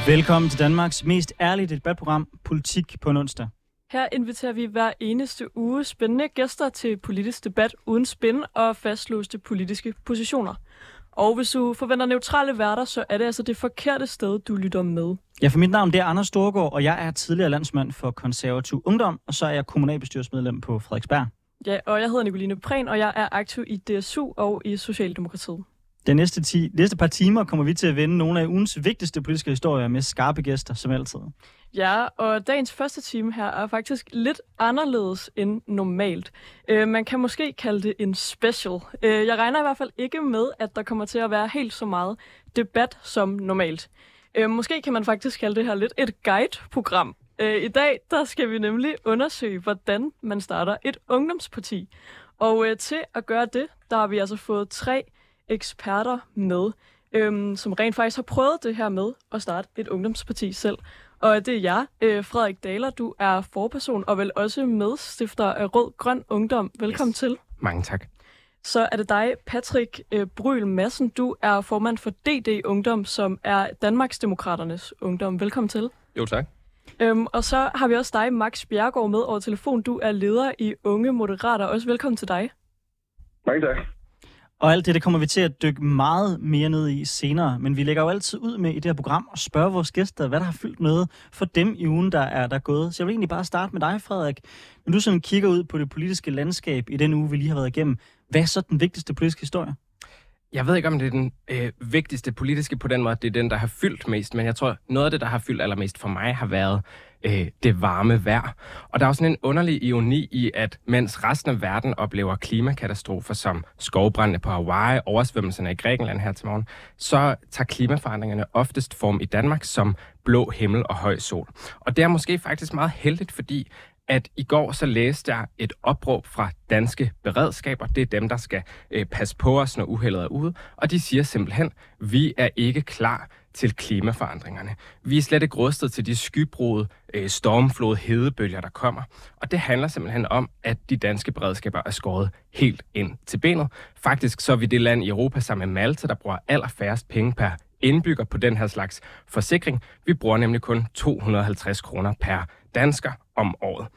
Velkommen til Danmarks mest ærlige debatprogram, Politik på en onsdag. Her inviterer vi hver eneste uge spændende gæster til politisk debat uden spin og fastlåste politiske positioner. Og hvis du forventer neutrale værter, så er det altså det forkerte sted, du lytter med. Ja, for mit navn det er Anders Storgård, og jeg er tidligere landsmand for Konservativ Ungdom, og så er jeg kommunalbestyrelsesmedlem på Frederiksberg. Ja, og jeg hedder Nicoline Prehn, og jeg er aktiv i DSU og i Socialdemokratiet. De næste par timer kommer vi til at vende nogle af ugens vigtigste politiske historier med skarpe gæster, som altid. Ja, og dagens første time her er faktisk lidt anderledes end normalt. Man kan måske kalde det en special. Jeg regner i hvert fald ikke med, at der kommer til at være helt så meget debat som normalt. Måske kan man faktisk kalde det her lidt et guide-program. I dag der skal vi nemlig undersøge, hvordan man starter et ungdomsparti. Og til at gøre det, der har vi altså fået 3 eksperter med, som rent faktisk har prøvet det her med at starte et ungdomsparti selv. Og det er jeg, Frederik Dahler, du er forperson og vel også medstifter af Rød Grøn Ungdom. Velkommen til. Mange tak. Så er det dig, Patrick Bryl Madsen. Du er formand for DD Ungdom, som er Danmarksdemokraternes Ungdom. Velkommen til. Jo, tak. Og så har vi også dig, Max Bjerregaard, med over telefon. Du er leder i Unge Moderater. Også velkommen til dig. Mange tak. Og alt det kommer vi til at dykke meget mere ned i senere, men vi lægger jo altid ud med i det her program og spørger vores gæster, hvad der har fyldt noget for dem i ugen, der er gået. Så jeg vil egentlig bare starte med dig, Frederik. Når du sådan kigger ud på det politiske landskab i den uge, vi lige har været igennem, hvad er så den vigtigste politiske historie? Jeg ved ikke, om det er den vigtigste politiske på den måde, det er den, der har fyldt mest, men jeg tror, noget af det, der har fyldt allermest for mig, har været det varme vejr. Og der er jo sådan en underlig ironi i, at mens resten af verden oplever klimakatastrofer som skovbrændene på Hawaii, oversvømmelserne i Grækenland her til morgen, så tager klimaforandringerne oftest form i Danmark som blå himmel og høj sol. Og det er måske faktisk meget heldigt, fordi at i går så læste jeg et opråb fra danske beredskaber. Det er dem, der skal passe på os, når uheldet er ude. Og de siger simpelthen, vi er ikke klar til klimaforandringerne. Vi er slet ikke rustet til de skybrud, stormflod, hedebølger, der kommer. Og det handler simpelthen om, at de danske beredskaber er skåret helt ind til benet. Faktisk så er vi det land i Europa sammen med Malta, der bruger allerfærrest penge per indbygger på den her slags forsikring. Vi bruger nemlig kun 250 kroner per dansker om året.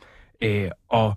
Og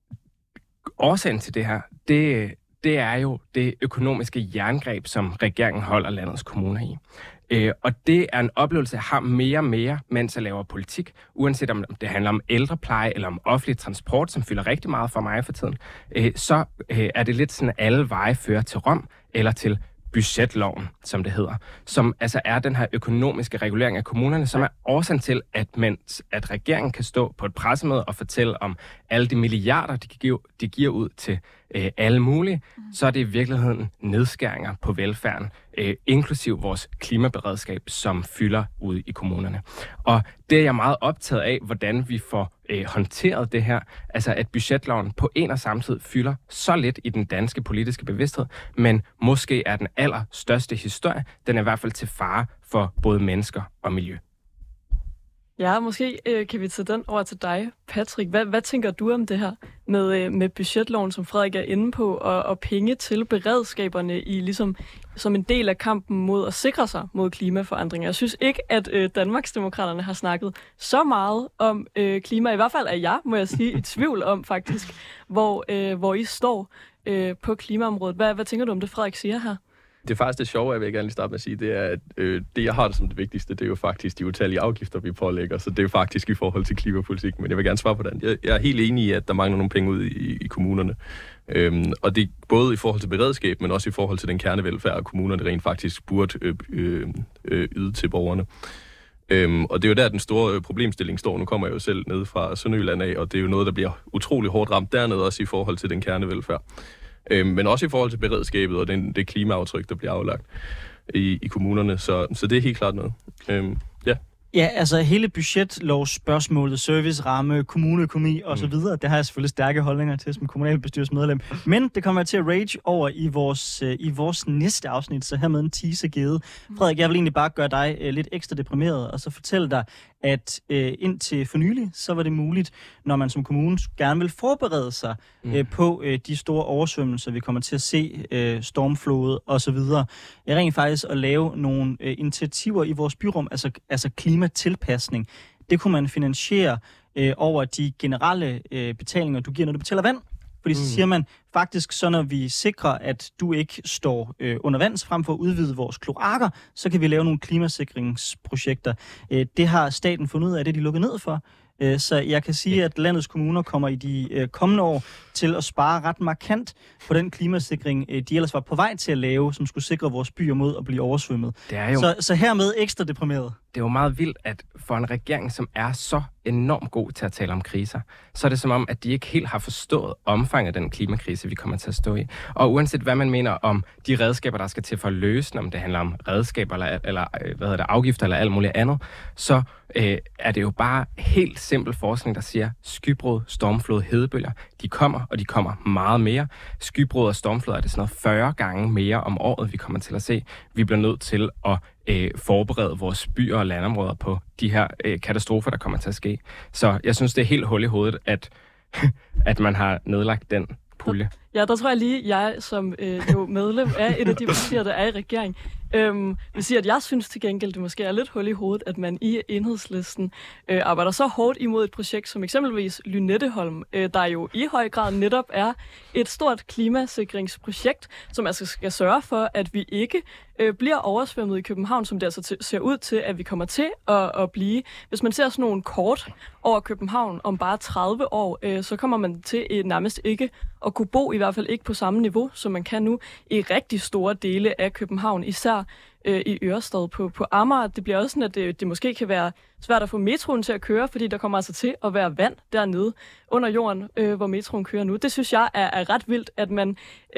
årsagen til det her, det er jo det økonomiske jerngreb, som regeringen holder landets kommuner i. Og det er en oplevelse, jeg har mere og mere, mens jeg laver politik, uanset om det handler om ældrepleje eller om offentlig transport, som fylder rigtig meget for mig for tiden, så er det lidt sådan, alle veje fører til Rom eller til budgetloven, som det hedder, som altså er den her økonomiske regulering af kommunerne, som er årsagen til, at regeringen kan stå på et pressemøde og fortælle om alle de milliarder, de giver ud til alle mulige, så er det i virkeligheden nedskæringer på velfærden, inklusiv vores klimaberedskab, som fylder ude i kommunerne. Og det er jeg meget optaget af, hvordan vi får håndteret det her, altså at budgetloven på en og samme tid fylder så lidt i den danske politiske bevidsthed, men måske er den allerstørste historie, den er i hvert fald til fare for både mennesker og miljø. Ja, måske kan vi tage den over til dig, Patrick. Hvad tænker du om det her med budgetloven, som Frederik er inde på, og penge til beredskaberne i ligesom som en del af kampen mod at sikre sig mod klimaforandringer? Jeg synes ikke, at Danmarksdemokraterne har snakket så meget om klima. I hvert fald er jeg, må jeg sige, i tvivl om faktisk, hvor I står på klimaområdet. Hvad tænker du om det, Frederik siger her? Det faktisk det sjove, jeg vil gerne lige starte med at sige, det er, at det, jeg har det som det vigtigste, det er jo faktisk de utallige afgifter, vi pålægger, så det er jo faktisk i forhold til klimapolitik, men jeg vil gerne svare på den. Jeg er helt enig i, at der mangler nogle penge ud i kommunerne, og det er både i forhold til beredskab, men også i forhold til den kernevelfærd, at kommunerne rent faktisk burde yde til borgerne. Og det er jo der, den store problemstilling står. Nu kommer jeg jo selv ned fra Sønderjylland af, og det er jo noget, der bliver utrolig hårdt ramt dernede, også i forhold til den kernevelfærd. Men også i forhold til beredskabet og det klimaaftryk, der bliver aflagt i kommunerne. Så det er helt klart noget. Ja. Ja, altså hele budgetlovsspørgsmålet, serviceramme, kommuneøkonomi osv., det har jeg selvfølgelig stærke holdninger til som kommunalbestyrelsesmedlem. Men det kommer til at rage over i vores næste afsnit, så hermed en teaser givet. Frederik, jeg vil egentlig bare gøre dig lidt ekstra deprimeret, og så fortælle dig, at indtil for nylig, så var det muligt, når man som kommune gerne vil forberede sig på de store oversvømmelser, vi kommer til at se, stormflod osv., rent faktisk at lave nogle initiativer i vores byrum, altså klimatilpasning. Det kunne man finansiere over de generelle betalinger, du giver, når du betaler vand. Fordi så siger man faktisk, så når vi sikrer, at du ikke står under vand, frem for at udvide vores kloakker, så kan vi lave nogle klimasikringsprojekter. Det har staten fundet ud af, det de lukket ned for. Så jeg kan sige, at landets kommuner kommer i de kommende år til at spare ret markant på den klimasikring, de ellers var på vej til at lave, som skulle sikre vores byer mod at blive oversvømmet. Det er jo... Så hermed ekstra deprimeret. Det er jo meget vildt, at for en regering, som er så enormt god til at tale om kriser, så er det som om, at de ikke helt har forstået omfanget af den klimakrise, vi kommer til at stå i. Og uanset hvad man mener om de redskaber, der skal til for at løse, om det handler om redskaber eller afgifter eller alt muligt andet, så er det jo bare helt simpel forskning, der siger, skybrud, stormflod, hedebølger, de kommer, og de kommer meget mere. Skybrud og stormflod er det sådan noget 40 gange mere om året, vi kommer til at se. Vi bliver nødt til at forberede vores byer og landområder på de her katastrofer, der kommer til at ske. Så jeg synes, det er helt hul i hovedet, at man har nedlagt den pulje. Ja, der tror jeg lige, jeg som jo medlem af et af de partier, der er i regering, vil sige, at jeg synes til gengæld, det måske er lidt hul i hovedet, at man i Enhedslisten arbejder så hårdt imod et projekt som eksempelvis Lynetteholm, der jo i høj grad netop er et stort klimasikringsprojekt, som altså skal sørge for, at vi ikke bliver oversvømmet i København, som det altså ser ud til, at vi kommer til at blive. Hvis man ser sådan nogle kort over København om bare 30 år, så kommer man til nærmest ikke at kunne bo, i hvert fald ikke på samme niveau, som man kan nu, i rigtig store dele af København, især i Ørestad på Amager. Det bliver også sådan, at det måske kan være svært at få metroen til at køre, fordi der kommer altså til at være vand dernede under jorden, hvor metroen kører nu. Det synes jeg er ret vildt, at man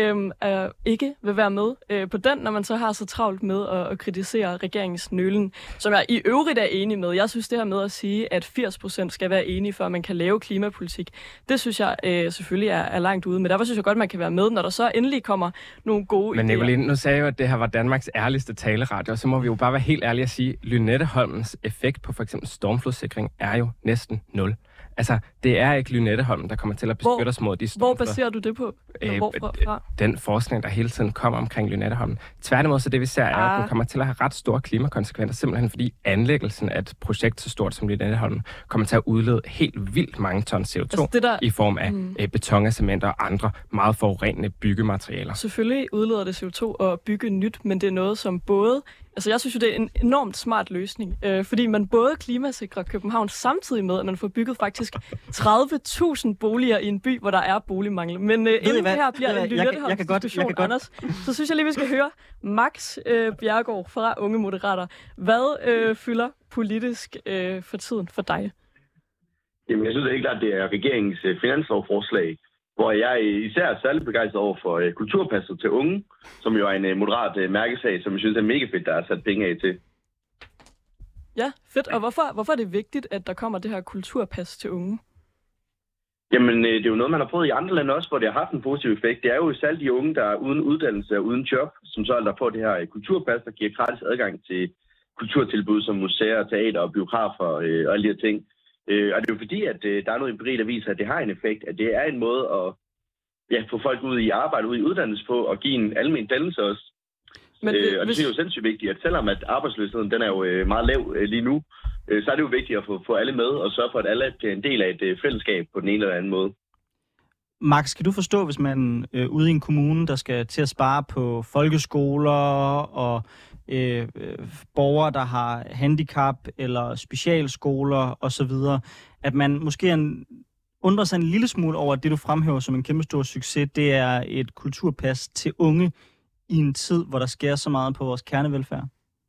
ikke vil være med på den, når man så har så travlt med at kritisere regeringens nølen, som jeg i øvrigt er enig med. Jeg synes det her med at sige, at 80% skal være enige, før man kan lave klimapolitik, det synes jeg selvfølgelig er langt ude. Men derfor synes jeg godt, man kan være med, når der så endelig kommer nogle gode idéer. Men Nicoline, nu sagde jeg jo, at det her var Danmarks ærligste taleradio, og så må vi jo bare være helt ærlige at sige, Lynetteholmens effekt på for eksempel stormflodssikring er jo næsten 0. Altså, det er ikke Lynetteholm, der kommer til at beskytte os mod de stormflod. Hvor baserer du det på? Hvorfra? Den forskning, der hele tiden kommer omkring Lynetteholm. Tværtimod, så det vi ser, er, at den kommer til at have ret store klimakonsekvenser, simpelthen fordi anlæggelsen af et projekt så stort som Lynetteholm kommer til at udlede helt vildt mange ton CO2 altså i form af beton, cement og andre meget forurenende byggematerialer. Selvfølgelig udleder det CO2 at bygge nyt, men det er noget, som både... Altså, jeg synes jo, det er en enormt smart løsning, fordi man både klimasikrer København samtidig med, at man får bygget faktisk 30.000 boliger i en by, hvor der er boligmangel. Men inden det her bliver en Lynetteholm-diskussion, Anders, så synes jeg lige, vi skal høre Max Bjerregaard fra Unge Moderater. Hvad fylder politisk for tiden for dig? Jamen, jeg synes helt klart, det er regeringens finanslovforslag, hvor jeg især er særlig begejstret over for kulturpasset til unge, som jo er en moderat mærkesag, som jeg synes er mega fedt, der er sat penge af til. Ja, fedt. Og hvorfor er det vigtigt, at der kommer det her kulturpas til unge? Jamen, det er jo noget, man har prøvet i andre lande også, hvor det har haft en positiv effekt. Det er jo særligt de unge, der er uden uddannelse og uden job, som så er der får det her kulturpas, der giver gratis adgang til kulturtilbud som museer, teater og biografer og alle de her ting. Og det er jo fordi, at der er noget empiri, der viser, at det har en effekt, at det er en måde at få folk ud i arbejde, ud i uddannelse på, og give en almen dannelse også. Men og det er jo sindssygt vigtigt, at selvom at arbejdsløsheden den er jo meget lav lige nu, så er det jo vigtigt at få alle med, og sørge for, at alle er en del af et fællesskab på den ene eller anden måde. Max, kan du forstå, hvis man ude i en kommune, der skal til at spare på folkeskoler og borgere, der har handicap eller specialskoler osv., at man måske undrer sig en lille smule over, at det, du fremhæver som en kæmpestor succes, det er et kulturpas til unge i en tid, hvor der sker så meget på vores kernevelfærd?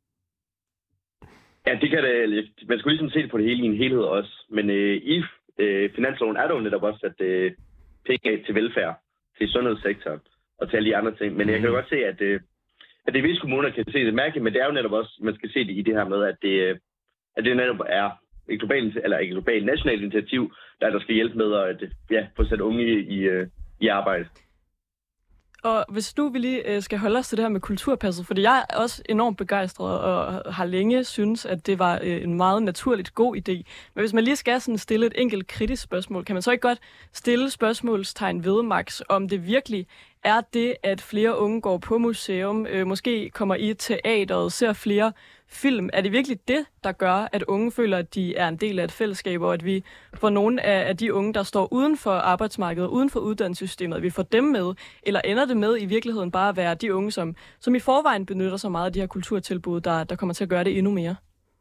Ja, det kan det. Man skulle ligesom se det på det hele i en helhed også. Men i finansloven er der jo netop også sat penge til velfærd, til sundhedssektoren og til alle de andre ting. Men jeg kan jo godt se, at det visse kommuner kan se det mærkeligt, men det er jo netop også, man skal se det i det her med, at det netop er et globalt nationalt initiativ, der skal hjælpe med at få sat unge i arbejde. Og hvis nu vi lige skal holde os til det her med kulturpasset, fordi jeg er også enormt begejstret og har længe synes, at det var en meget naturligt god idé. Men hvis man lige skal sådan stille et enkelt kritisk spørgsmål, kan man så ikke godt stille spørgsmålstegn ved, Max, om det virkelig er det, at flere unge går på museum, måske kommer i teateret, ser flere film. Er det virkelig det, der gør, at unge føler, at de er en del af et fællesskab, og at vi får nogle af de unge, der står uden for arbejdsmarkedet, uden for uddannelsessystemet, at vi får dem med? Eller ender det med i virkeligheden bare at være de unge, som i forvejen benytter sig meget af de her kulturtilbud, der kommer til at gøre det endnu mere?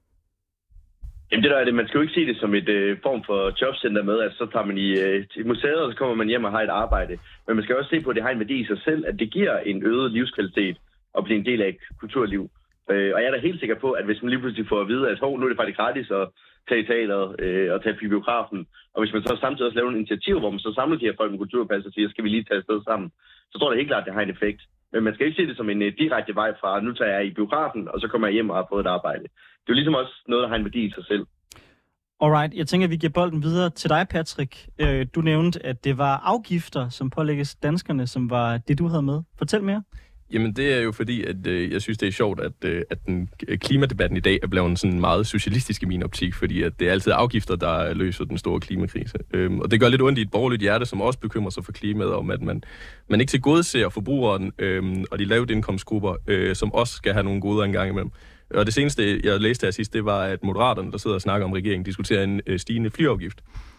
Jamen det der er det, man skal jo ikke se det som et form for jobcenter med, at så tager man i museet, og så kommer man hjem og har et arbejde. Men man skal også se på, at det har en værdi i sig selv, at det giver en øget livskvalitet at blive en del af et kulturliv. Og jeg er da helt sikker på, at hvis man lige pludselig får at vide, at nu er det faktisk gratis at tage i teateret og tage i biografen, og hvis man så samtidig også laver en initiativ, hvor man så samler de her folk med kulturpas og siger, skal vi lige tage afsted sammen, så tror jeg helt klart, at det har en effekt. Men man skal ikke se det som en direkte vej fra, nu tager jeg i biografen, og så kommer jeg hjem og har fået et arbejde. Det er jo ligesom også noget, der har en værdi i sig selv. Alright, jeg tænker, at vi giver bolden videre til dig, Patrick. Du nævnte, at det var afgifter, som pålægges danskerne, som var det, du havde med. Fortæl mere. Jamen, det er jo fordi, at jeg synes, det er sjovt, at den klimadebatten i dag er blevet sådan meget socialistisk i min optik, fordi at det er altid afgifter, der løser den store klimakrise. Og det gør lidt ondt i et borgerligt hjerte, som også bekymrer sig for klimaet, om at man ikke tilgodeser forbrugeren og de lavt indkomstgrupper, som også skal have nogle goder en gang imellem. Og det seneste, jeg læste her sidst, det var, at Moderaterne, der sidder og snakker om regeringen, diskuterer en stigende flyafgift.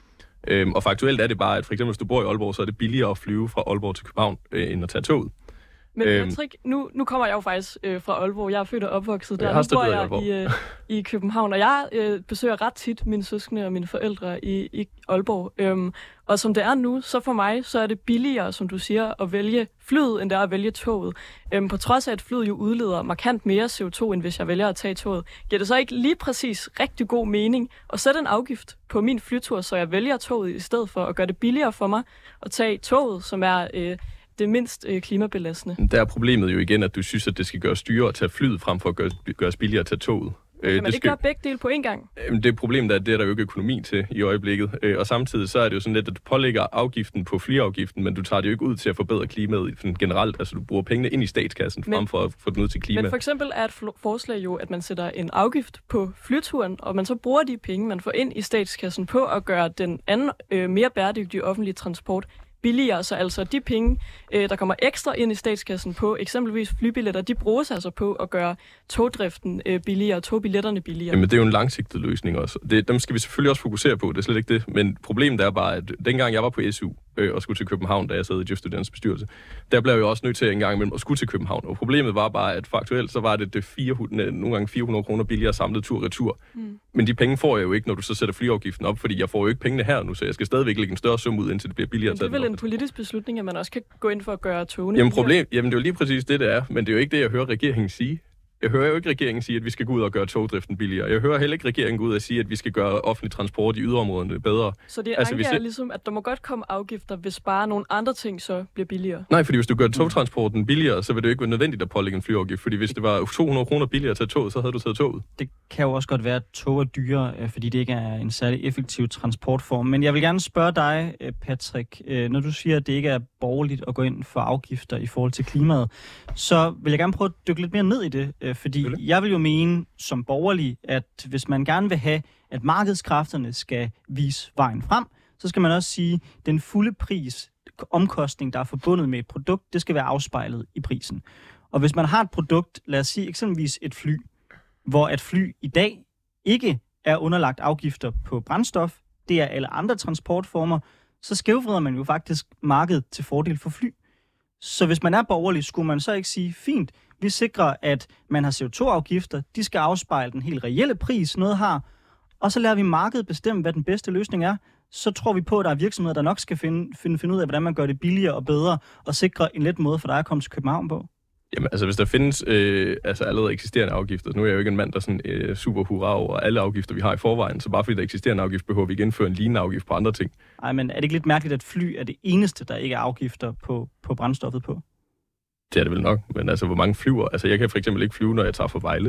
Og faktuelt er det bare, at for eksempel hvis du bor i Aalborg, så er det billigere at flyve fra Aalborg til København, end at tage toget. Men Patrick, nu kommer jeg jo faktisk fra Aalborg. Jeg er født og opvokset der. Nu bor jeg i København, og jeg besøger ret tit mine søskende og mine forældre i Aalborg. Og som det er nu, så for mig, så er det billigere, som du siger, at vælge flyet, end det er at vælge toget. På trods af, at flyet jo udleder markant mere CO2, end hvis jeg vælger at tage toget. Giver det så ikke lige præcis rigtig god mening at sætte en afgift på min flytur, så jeg vælger toget i stedet for at gøre det billigere for mig at tage toget, som er det mindst klimabelastende? Der er problemet jo igen, at du synes, at det skal gøres dyrere at tage flyet, frem for at gøres billigere at tage toget. Kan man ikke gøre begge dele på én gang? Det problem er, at det er der jo ikke økonomi til i øjeblikket. Og samtidig så er det jo sådan lidt, at du pålægger afgiften på flyafgiften, men du tager det jo ikke ud til at forbedre klimaet generelt. Altså du bruger pengene ind i statskassen, frem for at få den ud til klima. Men for eksempel er et forslag jo, at man sætter en afgift på flyturen, og man så bruger de penge, man får ind i statskassen på at gøre den anden mere bæredygtige offentlige transport billigere, så altså de penge, der kommer ekstra ind i statskassen på eksempelvis flybilletter, de bruges altså på at gøre togdriften billigere, togbilletterne billigere. Jamen det er jo en langsigtet løsning også. Dem skal vi selvfølgelig også fokusere på, det er slet ikke det. Men problemet er bare, at dengang jeg var på SU og skulle til København, da jeg sad i Djøf Studernes bestyrelse, der blev jeg jo også nødt til en gang imellem at skulle til København. Og problemet var bare, at faktuelt så var det nogle gange 400 kroner billigere samlet tur-retur. Men de penge får jeg jo ikke, når du så sætter flyafgiften op, fordi jeg får jo ikke pengene her nu, så jeg skal stadigvæk lægge en større sum ud, indtil det bliver billigere. Men det er vel en politisk beslutning, at man også kan gå ind for at gøre togene Jamen det er jo lige præcis det er, men det er jo ikke det, jeg hører regeringen sige. Jeg hører jo ikke regeringen sige, at vi skal gå ud og gøre togdriften billigere. Jeg hører heller ikke regeringen gå ud og sige, at vi skal gøre offentlig transport i yderområderne bedre. Så det er ligesom, at der må godt komme afgifter, hvis bare nogle andre ting så bliver billigere? Nej, fordi hvis du gør togtransporten billigere, så vil det jo ikke være nødvendigt at pålægge en flyafgift. Fordi hvis det var 200 kroner billigere at tage toget, så havde du taget toget. Det kan jo også godt være, at tog er dyrere, fordi det ikke er en særlig effektiv transportform. Men jeg vil gerne spørge dig, Patrick, når du siger, at det ikke er borgerligt at gå ind for afgifter i forhold til klimaet, så vil jeg gerne prøve at dykke lidt mere ned i det. Fordi jeg vil jo mene som borgerlig, at hvis man gerne vil have, at markedskræfterne skal vise vejen frem, så skal man også sige, at den fulde pris, omkostning, der er forbundet med et produkt, det skal være afspejlet i prisen. Og hvis man har et produkt, lad os sige eksempelvis et fly, hvor et fly i dag ikke er underlagt afgifter på brændstof, det er alle andre transportformer, så skævvrider man jo faktisk markedet til fordel for fly. Så hvis man er borgerlig, skulle man så ikke sige, fint, vi sikrer, at man har CO2-afgifter, de skal afspejle den helt reelle pris, noget har, og så lader vi markedet bestemme, hvad den bedste løsning er. Så tror vi på, at der er virksomheder, der nok skal finde ud af, hvordan man gør det billigere og bedre, og sikre en let måde for dig at komme til København på. Jamen, altså hvis der findes allerede eksisterende afgifter, nu er jeg jo ikke en mand, der sådan super hurra over alle afgifter, vi har i forvejen, så bare fordi der eksisterer en afgift, behøver vi ikke indføre en lignende afgift på andre ting. Nej, men er det ikke lidt mærkeligt, at fly er det eneste, der ikke er afgifter på brændstoffet på? Det er det vel nok, men altså hvor mange flyver? Altså jeg kan for eksempel ikke flyve, når jeg tager fra Vejle.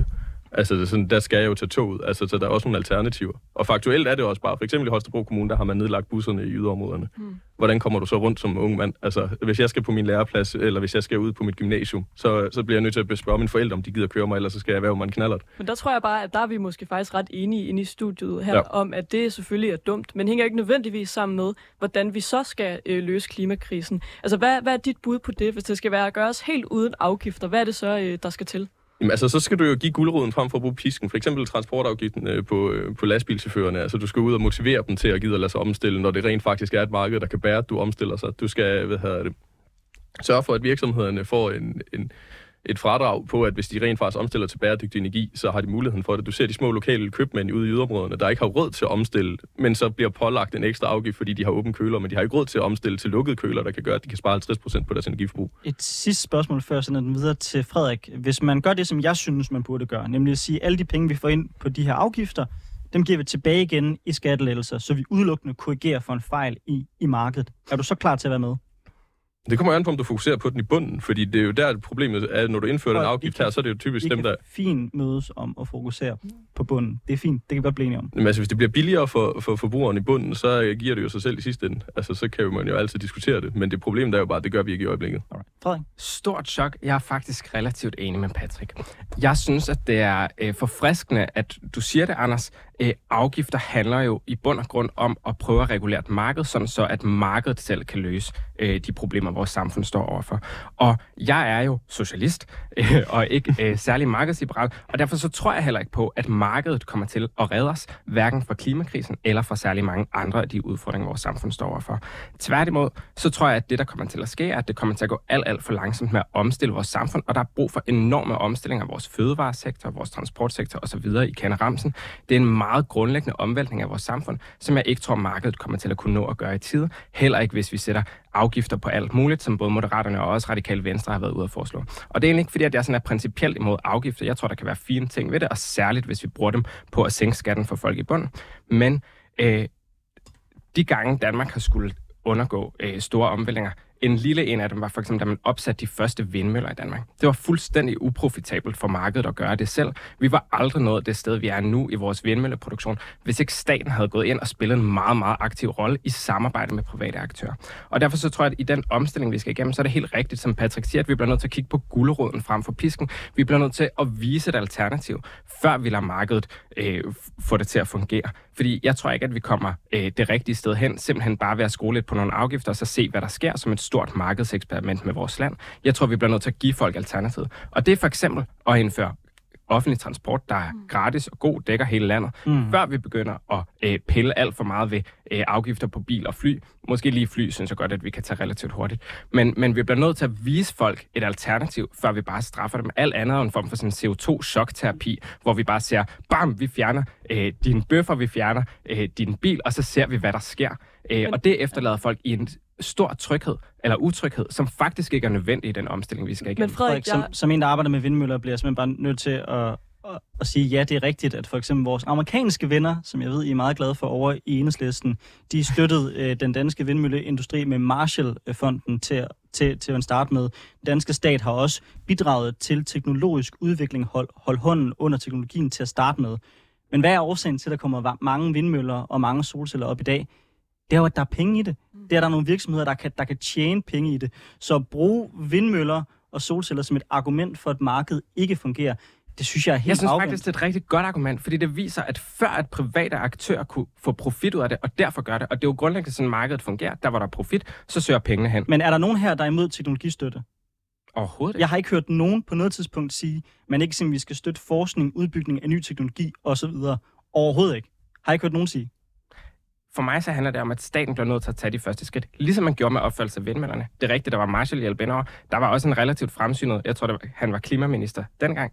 Altså, der skal jeg jo tage toget. Altså, så der er også nogle alternativer. Og faktuelt er det også bare, for eksempel i Holstebro Kommune, der har man nedlagt busserne i yderområderne. Hvordan kommer du så rundt som ung mand? Altså, hvis jeg skal på min læreplads, eller hvis jeg skal ud på mit gymnasium, så bliver jeg nødt til at spørge mine forældre, om de gider køre mig, ellers så skal jeg erhverve mig en knallert. Men der tror jeg bare, at der er vi måske faktisk ret enige inde i studiet her, om at det selvfølgelig er dumt, men hænger ikke nødvendigvis sammen med, hvordan vi så skal løse klimakrisen. Altså, hvad er dit bud på det, hvis det skal være at gøres helt uden afgifter? Hvad er det så, der skal til? Jamen, altså, så skal du jo give guleroden frem for at bruge pisken. For eksempel transportafgiften på lastbilchaufførerne. Altså, du skal ud og motivere dem til at gide at lade sig omstille, når det rent faktisk er et marked, der kan bære, at du omstiller sig. Du skal, sørge for, at virksomhederne får et fradrag på, at hvis de rent faktisk omstiller til bæredygtig energi, så har de muligheden for det. Du ser de små lokale købmænd ude i yderområderne, der ikke har råd til at omstille, men så bliver pålagt en ekstra afgift, fordi de har åbne køler, men de har ikke råd til at omstille til lukkede køler, der kan gøre, at de kan spare 50% på deres energiforbrug. Et sidste spørgsmål før, så den videre til Frederik. Hvis man gør det, som jeg synes, man burde gøre, nemlig at sige, at alle de penge, vi får ind på de her afgifter, dem giver vi tilbage igen i skattelettelser, så vi udelukkende korrigerer for en fejl i markedet. Er du så klar til at være med? Det kommer an på, om du fokuserer på den i bunden, fordi det er jo der problemet er, når du indfører en afgift her, så er det jo typisk dem, der... Det kan fint mødes om at fokusere på bunden. Det er fint, det kan vi godt blive enige om. Men altså, hvis det bliver billigere for forbrugeren i bunden, så giver det jo sig selv i sidste ende. Altså, så kan man jo altid diskutere det, men det problem der er jo bare, at det gør vi ikke i øjeblikket. Frederik? Stort chok. Jeg er faktisk relativt enig med Patrick. Jeg synes, at det er forfriskende, at du siger det, Anders. Afgifter handler jo i bund og grund om at prøve at regulere et marked, sådan så at markedet selv kan løse de problemer, vores samfund står overfor. Og jeg er jo socialist og ikke særlig markedsliberal, og derfor så tror jeg heller ikke på, at markedet kommer til at redde os, hverken fra klimakrisen eller fra særlig mange andre af de udfordringer, vores samfund står overfor. Tværtimod, så tror jeg, at det, der kommer til at ske, er, at det kommer til at gå alt for langsomt med at omstille vores samfund, og der er brug for enorme omstillinger af vores fødevaresektor, vores transportsektor osv. I Kender-Ramsen. Det er en meget grundlæggende omvæltning af vores samfund, som jeg ikke tror, markedet kommer til at kunne nå at gøre i tide. Heller ikke, hvis vi sætter afgifter på alt muligt, som både Moderaterne og også Radikale Venstre har været ude at foreslå. Og det er egentlig ikke, fordi at jeg sådan er principielt imod afgifter. Jeg tror, der kan være fine ting ved det, og særligt, hvis vi bruger dem på at sænke skatten for folk i bunden. Men de gange Danmark har skulle undergå store omvæltninger, en lille en af dem var for eksempel, da man opsatte de første vindmøller i Danmark. Det var fuldstændig uprofitabelt for markedet at gøre det selv. Vi var aldrig nået det sted, vi er nu i vores vindmølleproduktion, hvis ikke staten havde gået ind og spillet en meget, meget aktiv rolle i samarbejde med private aktører. Og derfor så tror jeg, at i den omstilling, vi skal igennem, så er det helt rigtigt, som Patrick siger, at vi bliver nødt til at kigge på guleroden frem for pisken. Vi bliver nødt til at vise et alternativ, før vi lader markedet få det til at fungere. Fordi jeg tror ikke, at vi kommer det rigtige sted hen, simpelthen bare ved at skrue lidt på nogle afgifter, og så se, hvad der sker som et stort markedseksperiment med vores land. Jeg tror, vi bliver nødt til at give folk alternativ. Og det er for eksempel at indføre offentlig transport, der er gratis og god, dækker hele landet, før vi begynder at pille alt for meget ved afgifter på bil og fly. Måske lige fly, synes jeg godt, at vi kan tage relativt hurtigt. Men vi bliver nødt til at vise folk et alternativ, før vi bare straffer dem. Alt andet er en form for sådan CO2-chokterapi, hvor vi bare siger, bam, vi fjerner dine bøffer, vi fjerner din bil, og så ser vi, hvad der sker. Og det efterlader folk i en stor tryghed eller utryghed, som faktisk ikke er nødvendig i den omstilling, vi skal igennem. Men Frederik, som en, der arbejder med vindmøller, bliver jeg simpelthen bare nødt til at sige, ja, det er rigtigt, at for eksempel vores amerikanske venner, som jeg ved, I er meget glade for over i Enhedslisten, de støttede den danske vindmølleindustri med Marshall-fonden til at starte med. Den danske stat har også bidraget til teknologisk udvikling, hold hånden under teknologien til at starte med. Men hvad er årsagen til, at der kommer mange vindmøller og mange solceller op i dag? Det er jo, at der er penge i det. Det er, der er nogle virksomheder, der kan tjene penge i det. Så at bruge vindmøller og solceller som et argument for, at markedet ikke fungerer, det synes jeg er helt Jeg synes afgørende. faktisk, det er et rigtig godt argument, fordi det viser, at før at private aktører kunne få profit ud af det, og derfor gør det, og det er jo grundlæggende sådan, markedet fungerer, der hvor der er profit, så søger pengene hen. Men er der nogen her, der er imod teknologistøtte? Overhovedet ikke. Jeg har ikke hørt nogen på noget tidspunkt sige, man ikke simpelthen skal støtte forskning, udbygning af ny teknologi osv. Overhovedet ikke. Har jeg ikke hørt nogen sige. For mig så handler det om, at staten bliver nødt til at tage de første skridt. Ligesom man gjorde med opførelse af vindmøllerne. Det er rigtigt, der var Marshall-hjælp indover. Der var også en relativt fremsynet, jeg tror, han var klimaminister dengang,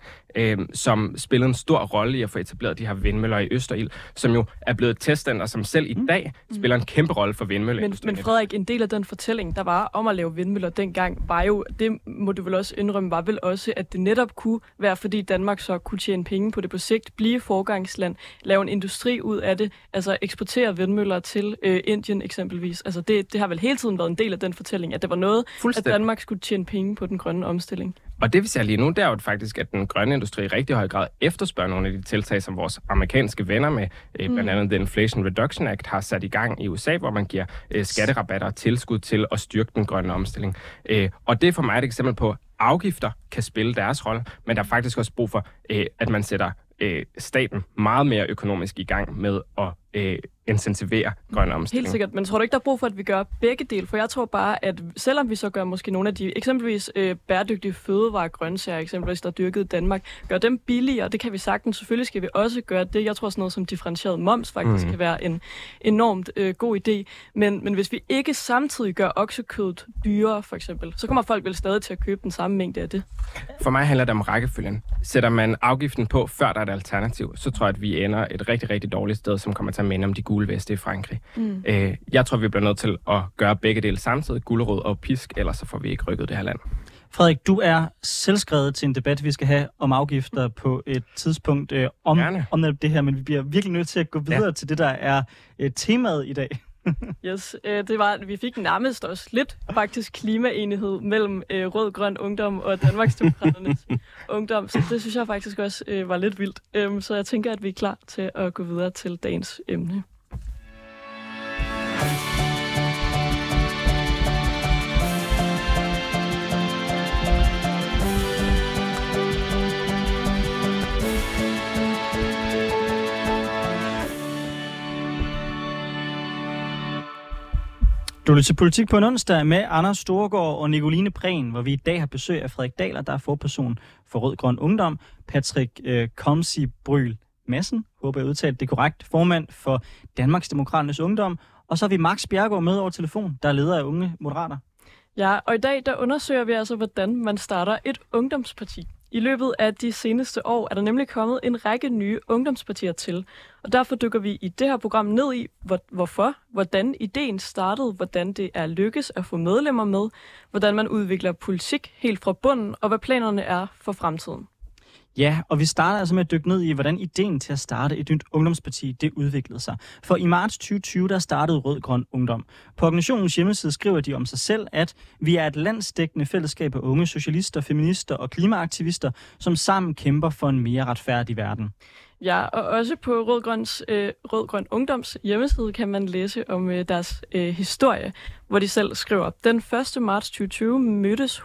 som spillede en stor rolle i at få etableret de her vindmøller i Østerild, som jo er blevet testet, og som selv i dag spiller en kæmpe rolle for vindmølleindustrien. Men Frederik, en del af den fortælling, der var om at lave vindmøller dengang, var jo, det må du vel også indrømme, var vel også, at det netop kunne være, fordi Danmark så kunne tjene penge på det på sigt, blive forgangsland, lave en industri ud af det, altså eksportere vindmøller til Indien eksempelvis. Altså det har vel hele tiden været en del af den fortælling, at det var noget, at Danmark skulle tjene penge på den grønne omstilling. Og det vi ser lige nu, det er jo faktisk, at den grønne industri i rigtig høj grad efterspørger nogle af de tiltag, som vores amerikanske venner med, blandt andet The Inflation Reduction Act, har sat i gang i USA, hvor man giver skatterabatter og tilskud til at styrke den grønne omstilling. Og det er for mig et eksempel på, afgifter kan spille deres rolle, men der er faktisk også brug for, at man sætter staten meget mere økonomisk i gang med at incentivere grøn omstilling. Helt sikkert, men tror du ikke, der er brug for, at vi gør begge dele? For jeg tror bare, at selvom vi så gør måske nogle af de eksempelvis bæredygtige fødevarer, grøntsager eksempelvis, der er dyrket i Danmark, gør dem billigere, det kan vi sagtens. Selvfølgelig skal vi også gøre det. Jeg tror sådan noget som differentieret moms faktisk kan være en enormt god idé. Men hvis vi ikke samtidig gør oksekødet dyrere, for eksempel, så kommer folk vel stadig til at købe den samme mængde af det. For mig handler det om rækkefølgen. Sætter man afgiften på, før der er et alternativ, så tror jeg, at vi ender et rigtig, rigtig dårligt sted, som kommer til at minde om de gule veste i Frankrig. Jeg tror, vi bliver nødt til at gøre begge dele samtidig, gulerod og pisk, ellers så får vi ikke rykket det her land. Frederik, du er selvskrevet til en debat, vi skal have om afgifter på et tidspunkt om det her, men vi bliver virkelig nødt til at gå videre til det, der er temaet i dag. Yes, det var, vi fik nærmest også lidt faktisk klimaenighed mellem Rød-Grøn Ungdom og Danmarksdemokraternes Ungdom, så det synes jeg faktisk også var lidt vildt. Så jeg tænker, at vi er klar til at gå videre til dagens emne. Du lytter til Politik på en onsdag med Anders Storgård og Nicoline Prehn, hvor vi i dag har besøg af Frederik Dahler, der er forperson for Rød-Grøn Ungdom, Patrick Komsi Bryl Madsen, håber jeg udtalte det korrekt, formand for Danmarksdemokraternes Ungdom, og så har vi Max Bjerregaard med over telefon, der er leder af Unge Moderater. Ja, og i dag der undersøger vi altså, hvordan man starter et ungdomsparti. I løbet af de seneste år er der nemlig kommet en række nye ungdomspartier til, og derfor dykker vi i det her program ned i, hvorfor, hvordan ideen startede, hvordan det er lykkes at få medlemmer med, hvordan man udvikler politik helt fra bunden, og hvad planerne er for fremtiden. Ja, og vi starter altså med at dykke ned i, hvordan ideen til at starte et nyt ungdomsparti, det udviklede sig. For i marts 2020, der startede Rød-Grøn Ungdom. På organisationens hjemmeside skriver de om sig selv, at vi er et landsdækkende fællesskab af unge socialister, feminister og klimaaktivister, som sammen kæmper for en mere retfærdig verden. Ja, og også på Rød-Grøn Ungdoms hjemmeside kan man læse om deres historie, hvor de selv skriver, den 1. marts 2020 mødtes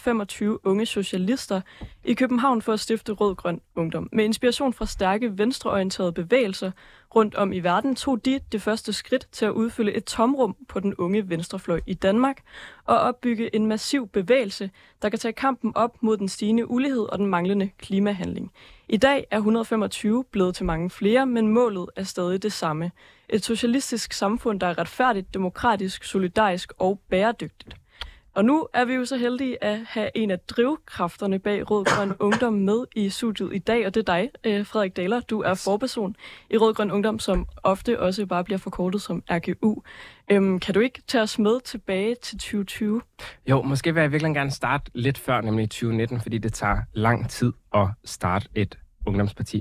125 unge socialister i København for at stifte Rød-Grøn Ungdom. Med inspiration fra stærke venstreorienterede bevægelser rundt om i verden tog de det første skridt til at udfylde et tomrum på den unge venstrefløj i Danmark og opbygge en massiv bevægelse, der kan tage kampen op mod den stigende ulighed og den manglende klimahandling. I dag er 125 blevet til mange flere, men målet er stadig det samme. Et socialistisk samfund, der er retfærdigt, demokratisk, solidarisk og bæredygtigt. Og nu er vi jo så heldige at have en af drivkræfterne bag Rød-Grøn Ungdom med i studiet i dag, og det er dig, Frederik Dahler. Du er forperson i Rød-Grøn Ungdom, som ofte også bare bliver forkortet som RGU. Kan du ikke tage os med tilbage til 2020? Jo, måske vil jeg virkelig gerne starte lidt før, nemlig 2019, fordi det tager lang tid at starte et ungdomsparti.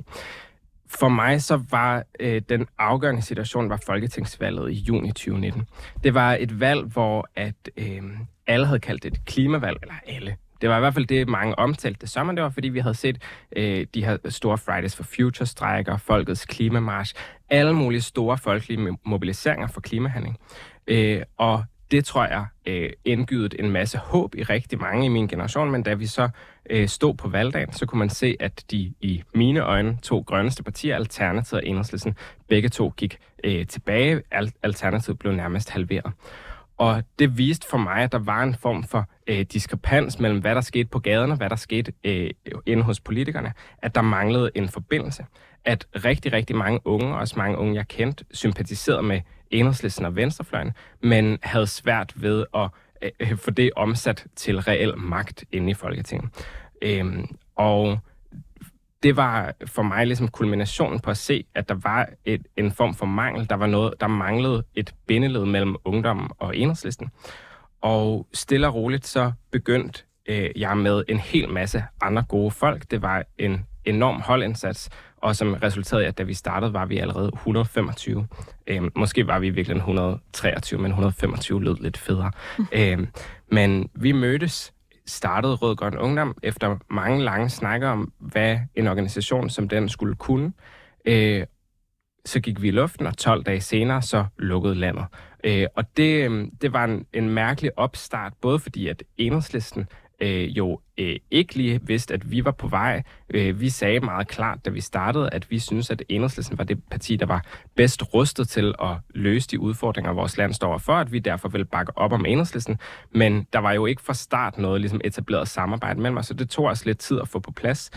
For mig så var den afgørende situation var folketingsvalget i juni 2019. Det var et valg, hvor alle havde kaldt det et klimavalg, eller alle. Det var i hvert fald det, mange omtalte det sommer. Det var, fordi vi havde set de her store Fridays for Future-strejker, Folkets Klimamarch, alle mulige store folkelige mobiliseringer for klimahandling. Og det tror jeg indgydet en masse håb i rigtig mange i min generation, men da vi så stod på valgdagen, så kunne man se, at de i mine øjne 2 grønneste partier, Alternativet og Enhedslisten, begge 2 gik tilbage. Alternativet blev nærmest halveret. Og det viste for mig, at der var en form for diskrepans mellem, hvad der skete på gaderne og hvad der skete inde hos politikerne. At der manglede en forbindelse. At rigtig, rigtig mange unge, også mange unge, jeg kendte, sympatiserede med Enhedslisten og venstrefløjen, men havde svært ved at få det omsat til reel magt inde i Folketinget. Og det var for mig ligesom kulminationen på at se, at der var en form for mangel. Der var noget, der manglede et bindeled mellem ungdommen og Enhedslisten. Og stille og roligt så begyndte jeg med en hel masse andre gode folk. Det var en enorm holdindsats, og som resultat af, at da vi startede, var vi allerede 125. Måske var vi virkelig 123, men 125 lød lidt federe. Men vi mødtes startede Rød Grøn Ungdom efter mange lange snakker om, hvad en organisation som den skulle kunne. Så gik vi i luften, og 12 dage senere, så lukkede landet. Og det var en mærkelig opstart, både fordi, at Enhedslisten ikke lige vidste, at vi var på vej. Vi sagde meget klart, da vi startede, at vi synes, at Enhedslisten var det parti, der var bedst rustet til at løse de udfordringer, vores land står overfor, at vi derfor ville bakke op om Enhedslisten. Men der var jo ikke fra start noget ligesom etableret samarbejde mellem os, så det tog os lidt tid at få på plads.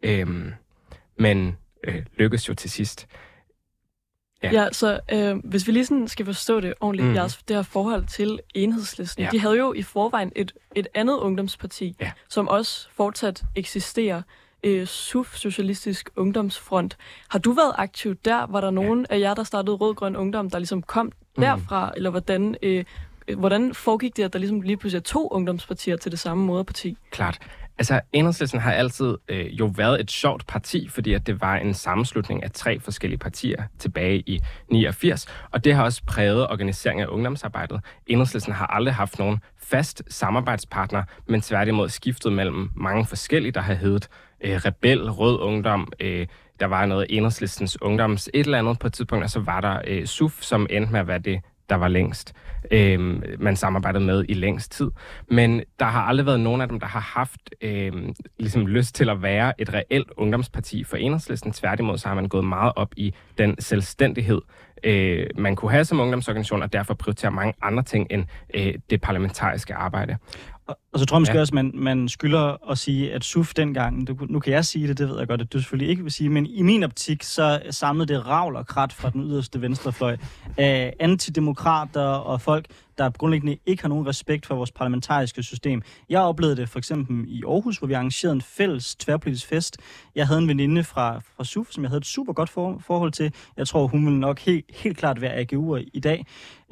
Men lykkedes jo til sidst. Ja, så hvis vi lige sådan skal forstå det ordentligt, det her forhold til Enhedslisten, de havde jo i forvejen et andet ungdomsparti, som også fortsat eksisterer, SUF, Socialistisk Ungdomsfront. Har du været aktiv der? Var der nogen af jer, der startede Rød Grøn Ungdom, der ligesom kom derfra, eller hvordan foregik det, at der ligesom lige pludselig er 2 ungdomspartier til det samme moderparti? Klart. Altså, Enhedslisten har altid jo været et sjovt parti, fordi at det var en sammenslutning af 3 forskellige partier tilbage i 89, og det har også præget organiseringen af ungdomsarbejdet. Enhedslisten har aldrig haft nogen fast samarbejdspartner, men tværtimod skiftet mellem mange forskellige, der har heddet Rebel, Rød Ungdom, der var noget Enhedslistens Ungdoms et eller andet på et tidspunkt, og så var der SUF, som endte med at være det, der var længst. Man samarbejdede med i længst tid. Men der har aldrig været nogen af dem, der har haft ligesom lyst til at være et reelt ungdomsparti for Enhedslisten. Tværtimod så har man gået meget op i den selvstændighed, man kunne have som ungdomsorganisation, og derfor prioritere mange andre ting end det parlamentariske arbejde. Og så tror jeg måske også, man skylder at sige, at SUF dengang, nu kan jeg sige det, det ved jeg godt, at du selvfølgelig ikke vil sige, men i min optik, så samlede det ravl og krat fra den yderste venstrefløj af antidemokrater og folk, der grundlæggende ikke har nogen respekt for vores parlamentariske system. Jeg oplevede det for eksempel i Aarhus, hvor vi arrangerede en fælles tværpolitisk fest. Jeg havde en veninde fra SUF, som jeg havde et super godt forhold til. Jeg tror, hun ville nok helt klart være AGU'er i dag.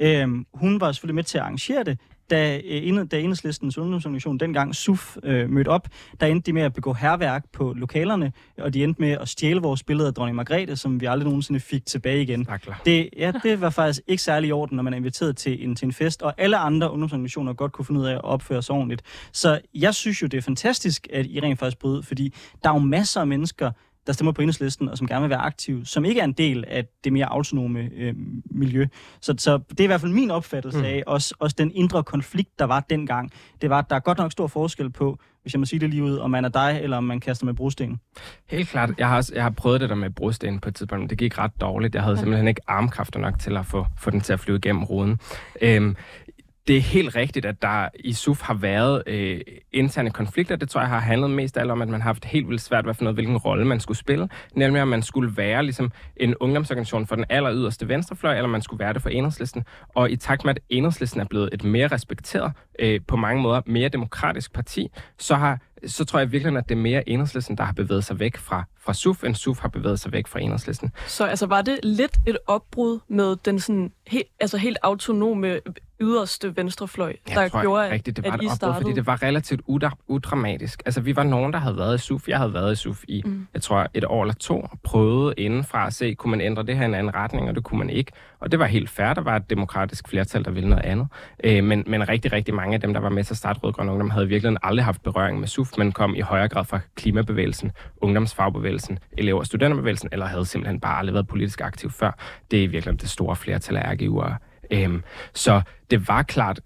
Hun var selvfølgelig med til at arrangere det. Da Enhedslistens ungdomsorganisation dengang SUF mødte op, der endte de med at begå hærværk på lokalerne, og de endte med at stjæle vores billede af dronning Margrethe, som vi aldrig nogensinde fik tilbage igen. Det var faktisk ikke særlig i orden, når man er inviteret til en fest, og alle andre ungdomsorganisationer godt kunne finde ud af at opføre sig ordentligt. Så jeg synes jo, det er fantastisk, at I rent faktisk bryder, fordi der er jo masser af mennesker, der stemmer på Enhedslisten, og som gerne vil være aktive, som ikke er en del af det mere autonome miljø. Så det er i hvert fald min opfattelse af også den indre konflikt, der var dengang. Det var, at der er godt nok stor forskel på, hvis jeg må sige det lige ud, om man er dig, eller om man kaster med brosten. Helt klart. Jeg har prøvet det der med brosten på et tidspunkt, men det gik ret dårligt. Jeg havde simpelthen ikke armkræfter nok til at få den til at flyve igennem ruden. Det er helt rigtigt, at der i SUF har været interne konflikter. Det tror jeg har handlet mest af alt om, at man har haft helt vildt svært ved at finde ud af, hvilken rolle man skulle spille. Nemlig, at man skulle være ligesom en ungdomsorganisation for den aller yderste venstrefløj, eller man skulle være det for Enhedslisten. Og i takt med, at Enhedslisten er blevet et mere respekteret, på mange måder mere demokratisk parti, så tror jeg virkelig, at det er mere Enhedslisten, der har bevæget sig væk fra SUF, end SUF har bevæget sig væk fra Enhedslisten. Så altså var det lidt et opbrud med den sådan helt autonome yderste venstrefløj, der gjorde, at det var at I startede? Opbrud, fordi det var relativt udramatisk. Altså, vi var nogen, der havde været i SUF. Jeg havde været i SUF i, jeg tror, 1 år eller 2, og prøvede indenfra at se, kunne man ændre det her i en anden retning, og det kunne man ikke. Og det var helt fair. Der var et demokratisk flertal, der ville noget andet. Men rigtig, rigtig mange af dem, der var med til at starte Rød Grøn Ungdom, havde virkelig aldrig haft berøring med SUF, men kom i højere grad fra klimabevægelsen, ungdomsfagbevægelsen, elev- og studenterbevægelsen, eller havde simpelthen bare aldrig været politisk aktiv før. Det er virkelig det store flertal af AGU'ere. Så det var klart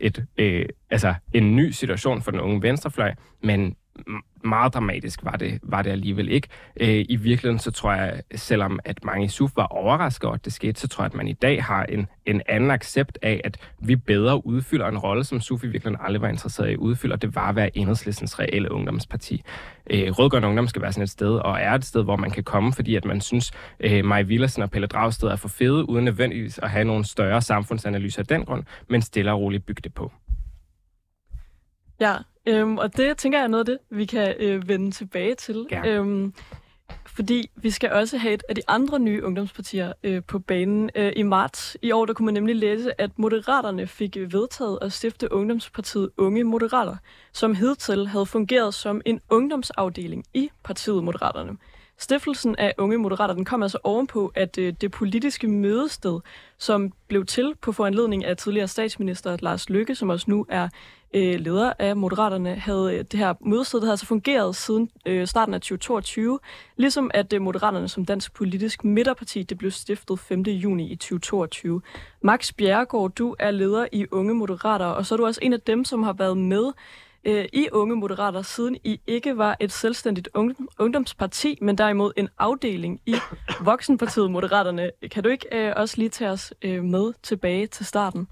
en ny situation for den unge venstrefløj, men meget dramatisk var det alligevel ikke. I virkeligheden så tror jeg, selvom at mange i SUF var overrasket over, at det skete, så tror jeg, at man i dag har en anden accept af, at vi bedre udfylder en rolle, som SUF i virkeligheden aldrig var interesseret i at udfylde, og det var at være Enhedslistens reelle ungdomsparti. Rød Grøn Ungdom skal være sådan et sted, og er et sted, hvor man kan komme, fordi at man synes, Mai Villadsen og Pelle Dragsted er for fede, uden nødvendigvis at have nogle større samfundsanalyser af den grund, men stille og roligt bygge det på. Ja, og det tænker jeg er noget af det, vi kan vende tilbage til. Fordi vi skal også have et af de andre nye ungdomspartier på banen. I marts i år, der kunne man nemlig læse, at Moderaterne fik vedtaget at stifte ungdomspartiet Unge Moderater, som hidtil havde fungeret som en ungdomsafdeling i partiet Moderaterne. Stiftelsen af Unge Moderater, den kom altså ovenpå, at det politiske mødested, som blev til på foranledning af tidligere statsminister Lars Løkke, som også nu er leder af Moderaterne, havde det her mødested, der havde altså fungeret siden starten af 2022, ligesom at Moderaterne som dansk politisk midterparti, det blev stiftet 5. juni i 2022. Max Bjerregaard, du er leder i Unge Moderater, og så er du også en af dem, som har været med i Unge Moderater, siden I ikke var et selvstændigt ungdomsparti, men derimod en afdeling i Voksenpartiet Moderaterne. Kan du ikke også lige tage os med tilbage til starten?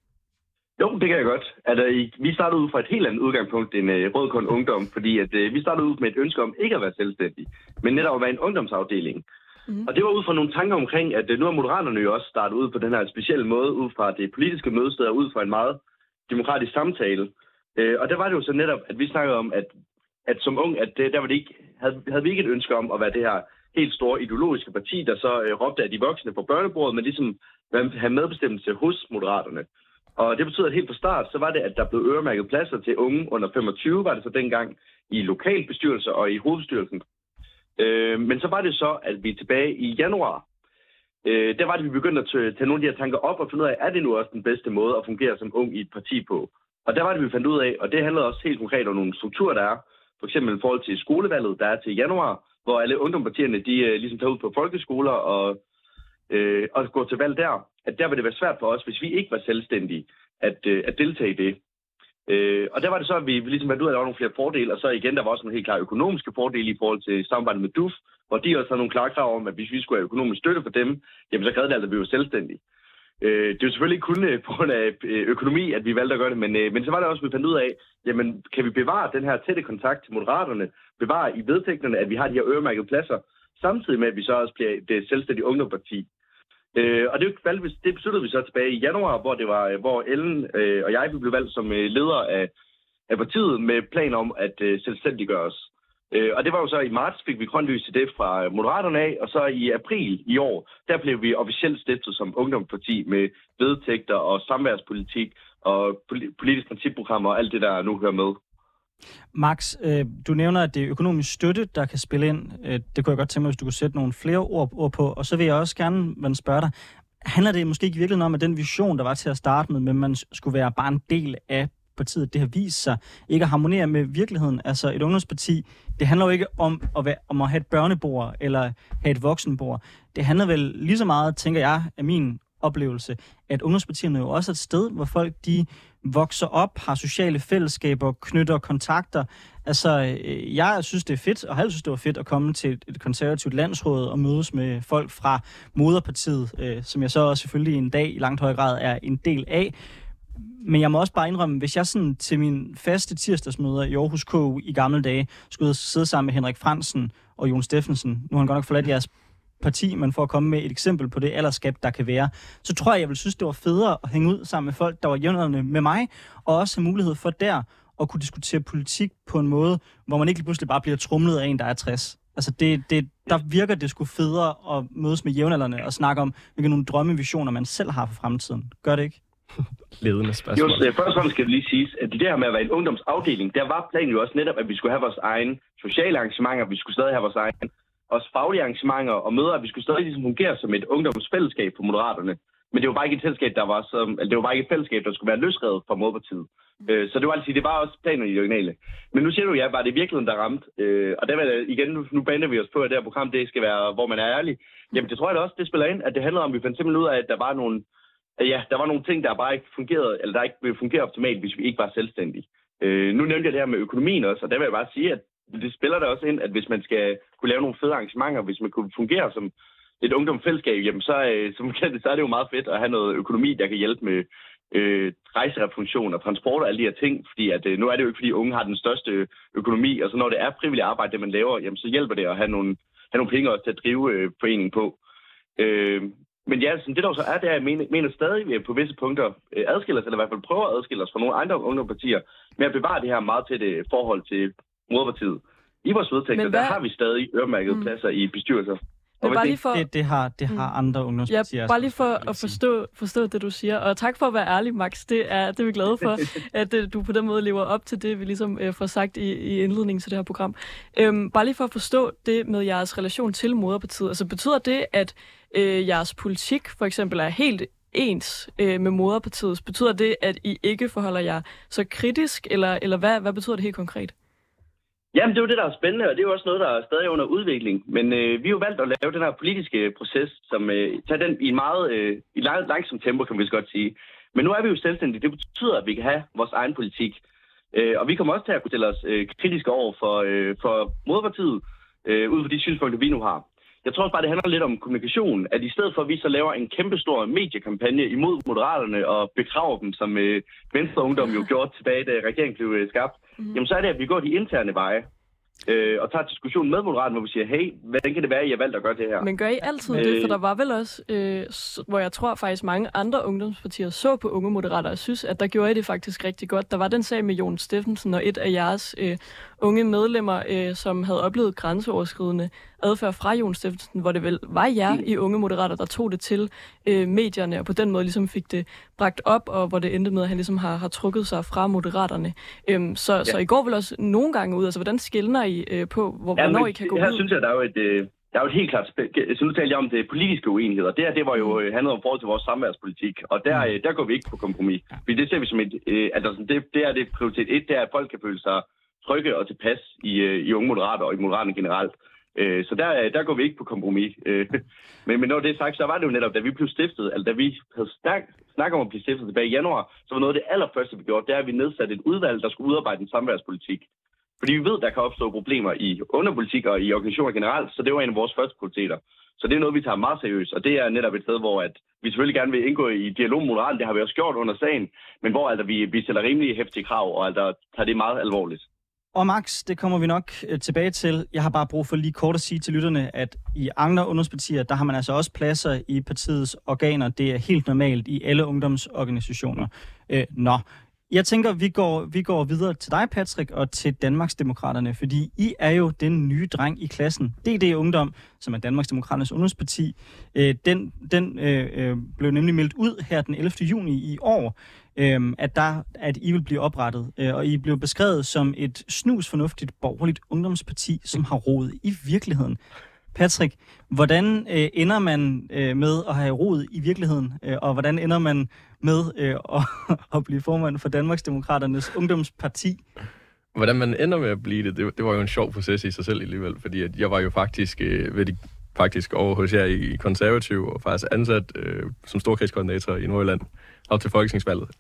Jo, det kan jeg godt. Vi startede ud fra et helt andet udgangspunkt end Rød Kun Ungdom, fordi at, vi startede ud med et ønske om ikke at være selvstændig, men netop at være en ungdomsafdeling. Og det var ud fra nogle tanker omkring, at nu er Moderaterne jo også startet ud på den her specielle måde, ud fra det politiske mødested og ud fra en meget demokratisk samtale. Og der var det jo så netop, at vi snakkede om, at som ung, at der var det ikke, havde vi ikke et ønske om at være det her helt store ideologiske parti, der så råbte af de voksne på børnebordet, men ligesom have medbestemmelse hos Moderaterne. Og det betyder, at helt fra start, så var det, at der blev øremærket pladser til unge under 25, var det så dengang i lokalbestyrelser og i hovedbestyrelsen. Men så var det så, at vi tilbage i januar, der var det, vi begyndte at tage nogle af de her tanker op og finde ud af, er det nu også den bedste måde at fungere som ung i et parti på? Og der var det, vi fandt ud af, og det handlede også helt konkret om nogle strukturer, der er. For eksempel i forhold til skolevalget, der er til januar, hvor alle ungdomspartierne, de ligesom tager ud på folkeskoler og går til valg der. At der vil det være svært for os, hvis vi ikke var selvstændige, at deltage i det. Og der var det så, at vi ligesom fandt ud af, at der var nogle flere fordele, og så igen, der var også nogle helt klare økonomiske fordele i forhold til samarbejdet med DUF, hvor de også havde nogle klare krav om, at hvis vi skulle have økonomisk støtte for dem, jamen så krævede det, at vi var selvstændige. Det er jo selvfølgelig ikke kun på grund af økonomi, at vi valgte at gøre det, men så var det også, at vi fandt ud af, jamen kan vi bevare den her tætte kontakt til Moderaterne, bevare i vedtægterne, at vi har de her øremærkede pladser, samtidig med, at vi så også bliver det selvstændige ungdomsparti. Og det besluttede vi så tilbage i januar, hvor Ellen og jeg blev valgt som leder af partiet med planer om at selvstændiggøre os. Og det var jo så i marts, fik vi grønt lys til det fra Moderaterne af, og så i april i år, der blev vi officielt stiftet som ungdomsparti med vedtægter og samværspolitik og politisk principprogrammer og alt det, der nu hører med. Max, du nævner, at det er økonomisk støtte, der kan spille ind. Det kunne jeg godt tænke mig, hvis du kunne sætte nogle flere ord på. Og så vil jeg også gerne spørge dig, handler det måske ikke virkelig om, at den vision, der var til at starte med, men man skulle være bare en del af partiet, det har vist sig ikke at harmonere med virkeligheden? Altså et ungdomsparti, det handler jo ikke om at have et børnebord eller have et voksenbord. Det handler vel lige så meget, tænker jeg, af min oplevelse, at ungdomspartierne jo også er et sted, hvor folk de vokser op, har sociale fællesskaber, knytter kontakter. Altså, jeg synes, det er fedt, og jeg synes, det var fedt at komme til et konservativt landsråd og mødes med folk fra moderpartiet, som jeg så også selvfølgelig en dag i langt høj grad er en del af. Men jeg må også bare indrømme, hvis jeg sådan til mine faste tirsdagsmøder i Aarhus KU i gamle dage skulle sidde sammen med Henrik Frandsen og Jon Steffensen, nu har han godt nok forladt jeres parti, men for at komme med et eksempel på det aldersgab, der kan være, så tror jeg vil synes, det var federe at hænge ud sammen med folk, der var jævnaldrende med mig, og også have mulighed for der at kunne diskutere politik på en måde, hvor man ikke pludselig bare bliver tromlet af en, der er 60. Altså der virker det sgu federe at mødes med jævnaldrende og snakke om, hvilke nogle drømmevisioner man selv har for fremtiden. Gør det ikke? Ledende spørgsmål. Jo, først og fremmest skal det lige siges, at det der med at være en ungdomsafdeling, der var planen jo også netop, at vi skulle have vores egen sociale arrangementer, vi skulle stadig have vores egen også faglige arrangementer og møder, at vi skulle stadig ligesom fungere som et ungdomsfællesskab for Moderaterne. Men det var bare ikke et fællesskab, det var bare ikke et fællesskab, der skulle være løsrevet fra Moderpartiet. Så det var altså, det var også planerne i det originale. Men nu siger du, var det virkeligheden, der ramte. Og der vil igen, nu bander vi os på, at det her program, det skal være, hvor man er ærlig. Jamen det tror jeg da også, det spiller ind, at det handler om, at vi fandt simpelthen ud af, at der var nogle ting, der bare ikke fungerede, eller der ikke ville fungere optimalt, hvis vi ikke var selvstændige. Nu nævnte jeg det her med økonomien også, og der vil jeg bare sige, at det spiller da også ind, at hvis man skal kunne lave nogle fede arrangementer, hvis man kunne fungere som et ungdomsfællesskab, jamen så er det jo meget fedt at have noget økonomi, der kan hjælpe med rejserefusion og transport og alle de her ting, fordi at nu er det jo ikke, fordi unge har den største økonomi, og så når det er frivilligt arbejde, det man laver, jamen så hjælper det at have nogle penge også til at drive foreningen på. Men ja, det der så er, det er, jeg mener stadig, at vi på visse punkter adskiller os, eller i hvert fald prøver at adskille os fra nogle andre ungdomspartier, med at bevare det her meget tætte forhold til Moderpartiet. I vores vedtægter, der har vi stadig øremærkede pladser i bestyrelser. Det er bare lige for... Det har andre ungdomspartier. Ja, bare lige for at forstå det, du siger. Og tak for at være ærlig, Max. Det er vi glade for, at du på den måde lever op til det, vi ligesom får sagt i indledningen til det her program. Bare lige for at forstå det med jeres relation til moderpartiet. Altså betyder det, at jeres politik for eksempel er helt ens med moderpartiets? Betyder det, at I ikke forholder jer så kritisk, eller hvad betyder det helt konkret? Jamen, det er jo det, der er spændende, og det er jo også noget, der er stadig under udvikling. Men vi har jo valgt at lave den her politiske proces, som tager den i en meget langsom tempo, kan vi godt sige. Men nu er vi jo selvstændige. Det betyder, at vi kan have vores egen politik. Og vi kommer også til at kunne stille os kritiske over for moderpartiet, ud fra de synspunkter, vi nu har. Jeg tror også bare, det handler lidt om kommunikation, at i stedet for, at vi så laver en kæmpestor mediekampagne imod Moderaterne og begraver dem, som Venstre Ungdom jo gjorde tilbage, da regeringen blev skabt, jamen så er det, at vi går de interne veje og tager diskussionen med Moderaterne, hvor vi siger, hey, hvordan kan det være, at I har valgt at gøre det her? Men gør I altid det? For der var vel også, hvor jeg tror faktisk mange andre ungdomspartier så på Unge Moderater og synes, at der gjorde I det faktisk rigtig godt. Der var den sag med Jon Steffensen og et af jeres unge medlemmer, som havde oplevet grænseoverskridende adfærd fra Jon Steffensen, hvor det vel var jer i Unge Moderater, der tog det til medierne, og på den måde ligesom fik det bragt op, og hvor det endte med, at han ligesom har trukket sig fra Moderaterne. Så I går vel også nogle gange ud, altså hvordan skelner I på, hvornår I kan gå ud? Her synes jeg, der er jo et helt klart, så nu taler jeg om det politiske uenigheder. Det var jo handlet om forhold til vores samværspolitik, og der går vi ikke på kompromis. Fordi det ser vi som det er det prioritet 1, det er, at folk kan føle sig trygge og tilpas i Unge Moderater og i Moderaterne generelt. Så der går vi ikke på kompromis. Men når det er sagt, så var det jo netop, da vi blev stiftet, altså da vi havde snakket om at blive stiftet tilbage i januar, så var noget af det allerførste, vi gjorde, det er, at vi nedsatte et udvalg, der skulle udarbejde en samværspolitik. Fordi vi ved, der kan opstå problemer i underpolitik og i organisationer generelt, så det var en af vores første prioriteter. Så det er noget, vi tager meget seriøst, og det er netop et sted, hvor at vi selvfølgelig gerne vil indgå i dialog med Moderaterne, det har vi også gjort under sagen, men hvor altså, vi stiller rimelig heftige krav, og altså, tager det meget alvorligt. Og Max, det kommer vi nok tilbage til. Jeg har bare brug for lige kort at sige til lytterne, at i andre ungdomspartier, der har man altså også pladser i partiets organer. Det er helt normalt i alle ungdomsorganisationer. Jeg tænker, vi går videre til dig, Patrick, og til Danmarksdemokraterne, fordi I er jo den nye dreng i klassen. DD Ungdom, som er Danmarksdemokraternes ungdomsparti, den blev nemlig meldt ud her den 11. juni i år, at I vil blive oprettet, og I blev beskrevet som et snusfornuftigt borgerligt ungdomsparti, som har rod i virkeligheden. Patrick, hvordan ender man med at have rod i virkeligheden, og hvordan ender man med at blive formand for Danmarksdemokraternes ungdomsparti? Hvordan man ender med at blive det var jo en sjov proces i sig selv alligevel, fordi at jeg var jo faktisk over hos jer i Konservativ og faktisk ansat som storkredskoordinator i Nordjylland op til folketingsvalget.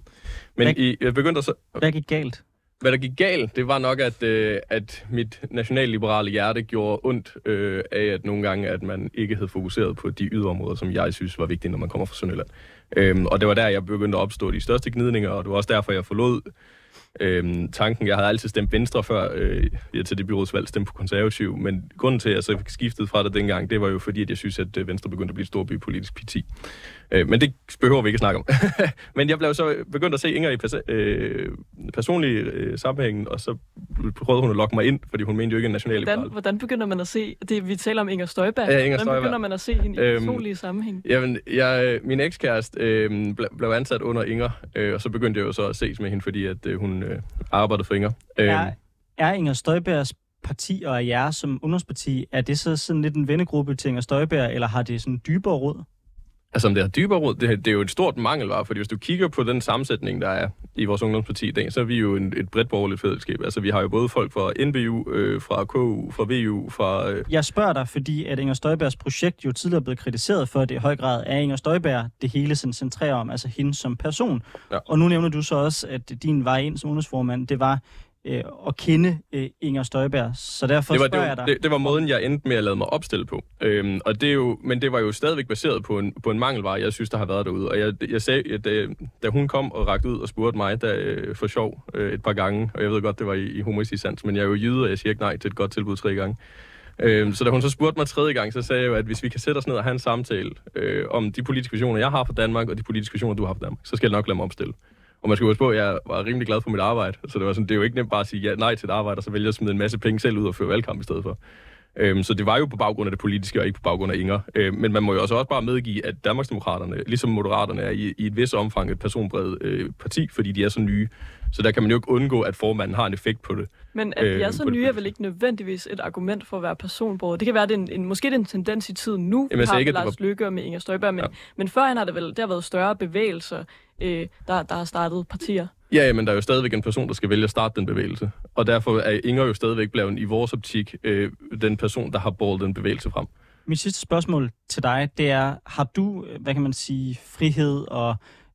Jeg begyndte så... Hvad gik galt? Hvad der gik galt, det var nok, at mit nationalliberale hjerte gjorde ondt af, at nogle gange, at man ikke havde fokuseret på de yderområder, som jeg synes var vigtige, når man kommer fra Sønderjylland. Og det var der, jeg begyndte at opstå de største gnidninger, og det var også derfor, jeg forlod tanken. Jeg havde altid stemt Venstre før til det byrådsvalg, stemt på Konservativ, men grunden til, at jeg så skiftede fra det dengang, det var jo fordi, at jeg synes, at Venstre begyndte at blive et stort bypolitisk parti. Men det behøver vi ikke at snakke om. Men jeg blev så begyndt at se Inger i personlige sammenhængen, og så prøvede hun at lokke mig ind, fordi hun mente jo ikke en nationalliberal. Hvordan begynder man at se, vi taler om Inger Støjberg, hvordan begynder man at se hende i personlige sammenhæng? Jamen, min ekskæreste blev ansat under Inger, og så begyndte jeg jo så at ses med hende, fordi at hun arbejdede for Inger. Er Inger Støjbergs parti og jer som ungdomsparti, er det så sådan lidt en vennegruppe til Inger Støjberg, eller har det sådan dybere råd? Altså om det har dybere råd, det er jo et stort mangelvare, fordi hvis du kigger på den sammensætning, der er i vores ungdomsparti i dag, så er vi jo et bredt borgerligt fællesskab. Altså vi har jo både folk fra NBU, fra KU, fra VU, fra... Jeg spørger dig, fordi at Inger Støjbergs projekt jo tidligere er blevet kritiseret for, at det i høj grad er Inger Støjberg, det hele centrerer om, altså hende som person. Ja. Og nu nævner du så også, at din vej ind som ungdomsformand, det var at kende Inger Støjberg. Så derfor spørger jeg dig. Det var måden, jeg endte med at lade mig opstille på. Og det er jo, men det var jo stadigvæk baseret på en mangelvare, jeg synes, der har været derude. Og jeg sagde, at da hun kom og rakte ud og spurgte mig for sjov et par gange, og jeg ved godt, det var i humoristisk sans, men jeg er jo jyde, og jeg siger ikke nej til et godt tilbud 3 gange. Så da hun så spurgte mig 3. gang, så sagde jeg jo, at hvis vi kan sætte os ned og have en samtale om de politiske visioner, jeg har for Danmark, og de politiske visioner, du har for Danmark, så skal jeg nok lade mig opstille. Og man skal huske på, at jeg var rimelig glad for mit arbejde, så det var sådan, det er jo ikke nemt bare at sige nej til et arbejde, og så vælge at smide en masse penge selv ud og føre valgkamp i stedet for. Så det var jo på baggrund af det politiske, og ikke på baggrund af Inger. Men man må jo også bare medgive, at Danmarksdemokraterne, ligesom Moderaterne, er i et vis omfang et personbredt parti, fordi de er så nye. Så der kan man jo ikke undgå, at formanden har en effekt på det. Men at de er så nye er vel ikke nødvendigvis et argument for at være personbåret. Det kan være, at det er måske en tendens i tiden nu. Vi har Lars Løkke med Inger Støjberg, men førhen har der været større bevægelser, der har startet partier. Ja, men der er jo stadigvæk en person, der skal vælge at starte den bevægelse. Og derfor er Inger jo stadigvæk blevet i vores optik den person, der har båret den bevægelse frem. Mit sidste spørgsmål til dig, det er, har du, hvad kan man sige, frihed og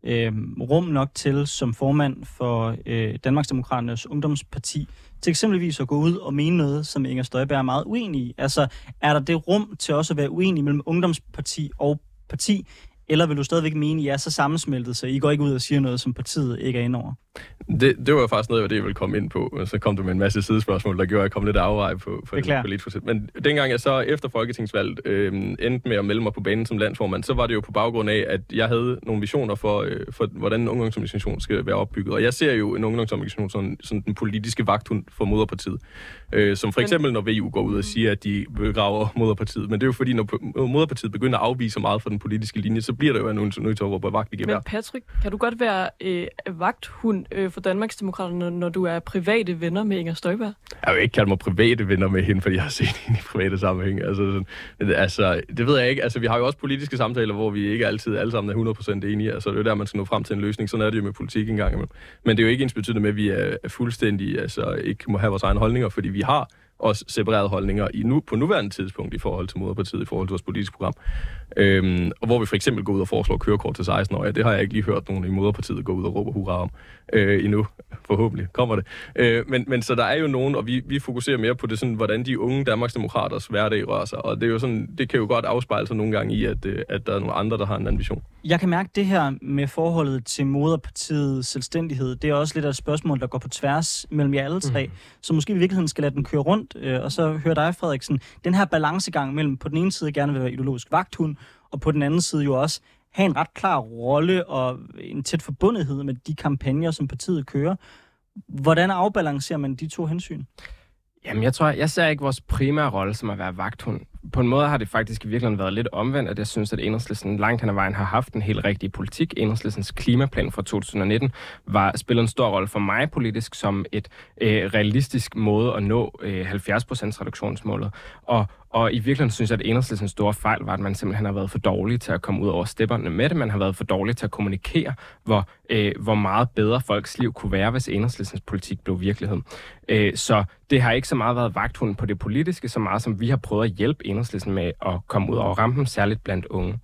rum nok til som formand for Danmarksdemokraternes Ungdomsparti til eksempelvis at gå ud og mene noget, som Inger Støjberg er meget uenig i? Altså, er der det rum til også at være uenig mellem Ungdomsparti og parti, eller vil du stadigvæk mene, at I er så sammensmeltet, så I går ikke ud og siger noget, som partiet ikke er inde over? Det var faktisk noget af det, jeg ville komme ind på. Så kom du med en masse sidespørgsmål, der gjorde, at jeg kom lidt afveje på den politiske. Men dengang jeg så efter folketingsvalget endte med at melde mig på banen som landsformand, så var det jo på baggrund af, at jeg havde nogle visioner for hvordan en ungdomsorganisation skal være opbygget. Og jeg ser jo en ungdomsorganisation som den politiske vagthund for moderpartiet. Som for eksempel, når VU går ud og siger, at de begraver moderpartiet. Men det er jo fordi, når moderpartiet begynder at afvise meget fra den politiske linje, så bliver der jo nødt til at råbe vagt i gevær. Men Patrick, kan du godt være vagthund for Danmarksdemokraterne, når du er private venner med Inger Støjberg? Jeg vil ikke kalde mig private venner med hende, fordi jeg har set hende i private sammenhæng. Altså, det ved jeg ikke. Altså, vi har jo også politiske samtaler, hvor vi ikke altid alle sammen er 100% enige. Altså, det er jo der, man skal nå frem til en løsning. Sådan er det jo med politik engang imellem. Men det er jo ikke ensbetydende med, at vi er fuldstændig, altså ikke må have vores egne holdninger, fordi vi har også separerede holdninger på nuværende tidspunkt i forhold til moderpartiet, i forhold til vores politiske program. Og hvor vi for eksempel går ud og foreslår kørekort til 16 år. Ja, det har jeg ikke lige hørt nogen i moderpartiet gå ud og råbe hurra om endnu. Forhåbentlig kommer det. Men så der er jo nogen, og vi fokuserer mere på det sådan, hvordan de unge Danmarksdemokraters hverdag rører sig. Og det er jo sådan, det kan jo godt afspejle sig nogle gange i, at der er nogle andre, der har en anden vision. Jeg kan mærke det her med forholdet til moderpartiets selvstændighed. Det er også lidt af et spørgsmål, der går på tværs mellem jer alle tre. Så måske i virkeligheden skal lade den køre rundt. Og så hører dig, Frederiksen, den her balancegang mellem på den ene side gerne vil være ideologisk vagthund, og på den anden side jo også have en ret klar rolle og en tæt forbundethed med de kampagner, som partiet kører. Hvordan afbalancerer man de to hensyn? Jamen, jeg ser ikke vores primære rolle som at være vagthund. På en måde har det faktisk i virkeligheden været lidt omvendt, at jeg synes, at Enhedslisten langt hen ad vejen har haft en helt rigtig politik. Enhedslistens klimaplan fra 2019 spillede en stor rolle for mig politisk som et realistisk måde at nå 70% reduktionsmålet. Og i virkeligheden synes jeg, at Enhedslistens store fejl var, at man simpelthen har været for dårlig til at komme ud over stepperne med det. Man har været for dårlig til at kommunikere, hvor meget bedre folks liv kunne være, hvis Enhedslistens politik blev virkelighed. Så det har ikke så meget været vagthunden på det politiske, så meget som vi har prøvet at hjælpe Enhedslisten med at komme ud over rampen, særligt blandt unge.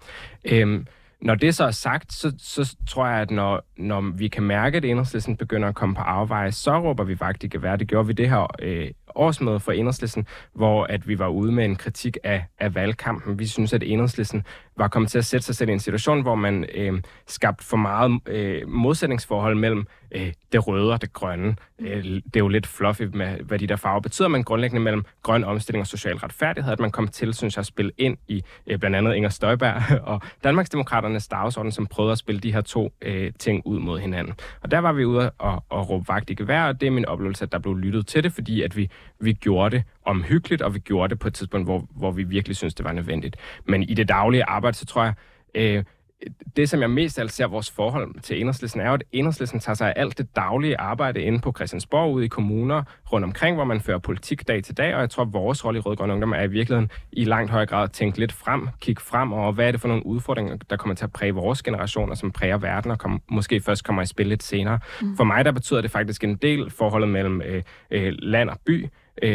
Når det så er sagt, så tror jeg, at når vi kan mærke, at Enhedslisten begynder at komme på afveje, så råber vi vagt i gevær. Det gjorde vi det her årsmøde for Enhedslisten, hvor at vi var ude med en kritik af valgkampen. Vi synes, at Enhedslisten var kommet til at sætte sig selv i en situation, hvor man skabte for meget modsætningsforhold mellem det røde og det grønne. Det er jo lidt fluffy med, hvad de der farver betyder, men grundlæggende mellem grøn omstilling og social retfærdighed, at man kom til, synes jeg, at spille ind i blandt andet Inger Støjberg og Danmarksdemokraternes dagsorden, som prøvede at spille de her to ting ud mod hinanden. Og der var vi ude og råbe vagt i gevær, og det er min oplevelse, at der blev lyttet til det, fordi at vi gjorde det omhyggeligt, og vi gjorde det på et tidspunkt, hvor vi virkelig synes, det var nødvendigt. Men i det daglige arbejde, så tror jeg, det, som jeg mest af alt ser vores forhold til Enhedslisten, er jo, at Enhedslisten tager sig af alt det daglige arbejde inde på Christiansborg, ude i kommuner, rundt omkring, hvor man fører politik dag til dag, og jeg tror, at vores rolle i Rød Grøn Ungdom er i virkeligheden i langt højere grad at tænke lidt frem, kigge frem over, hvad er det for nogle udfordringer, der kommer til at præge vores generation, og som præger verden, og måske først kommer i spil lidt senere. For mig, der betyder det faktisk en del forholdet mellem land og by.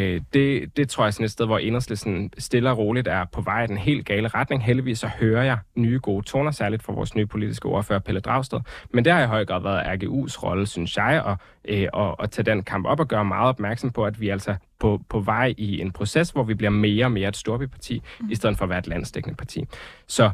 Det tror jeg er sådan et sted, hvor Enhedslisten stille og roligt er på vej i den helt gale retning. Heldigvis så hører jeg nye gode toner, særligt fra vores nye politiske ordfører, Pelle Dragsted. Men det har i høj grad været RGU's rolle, synes jeg, at tage den kamp op og gøre meget opmærksom på, at vi altså på vej i en proces, hvor vi bliver mere og mere et storbyparti, i stedet for at være et landsdækkende parti. Så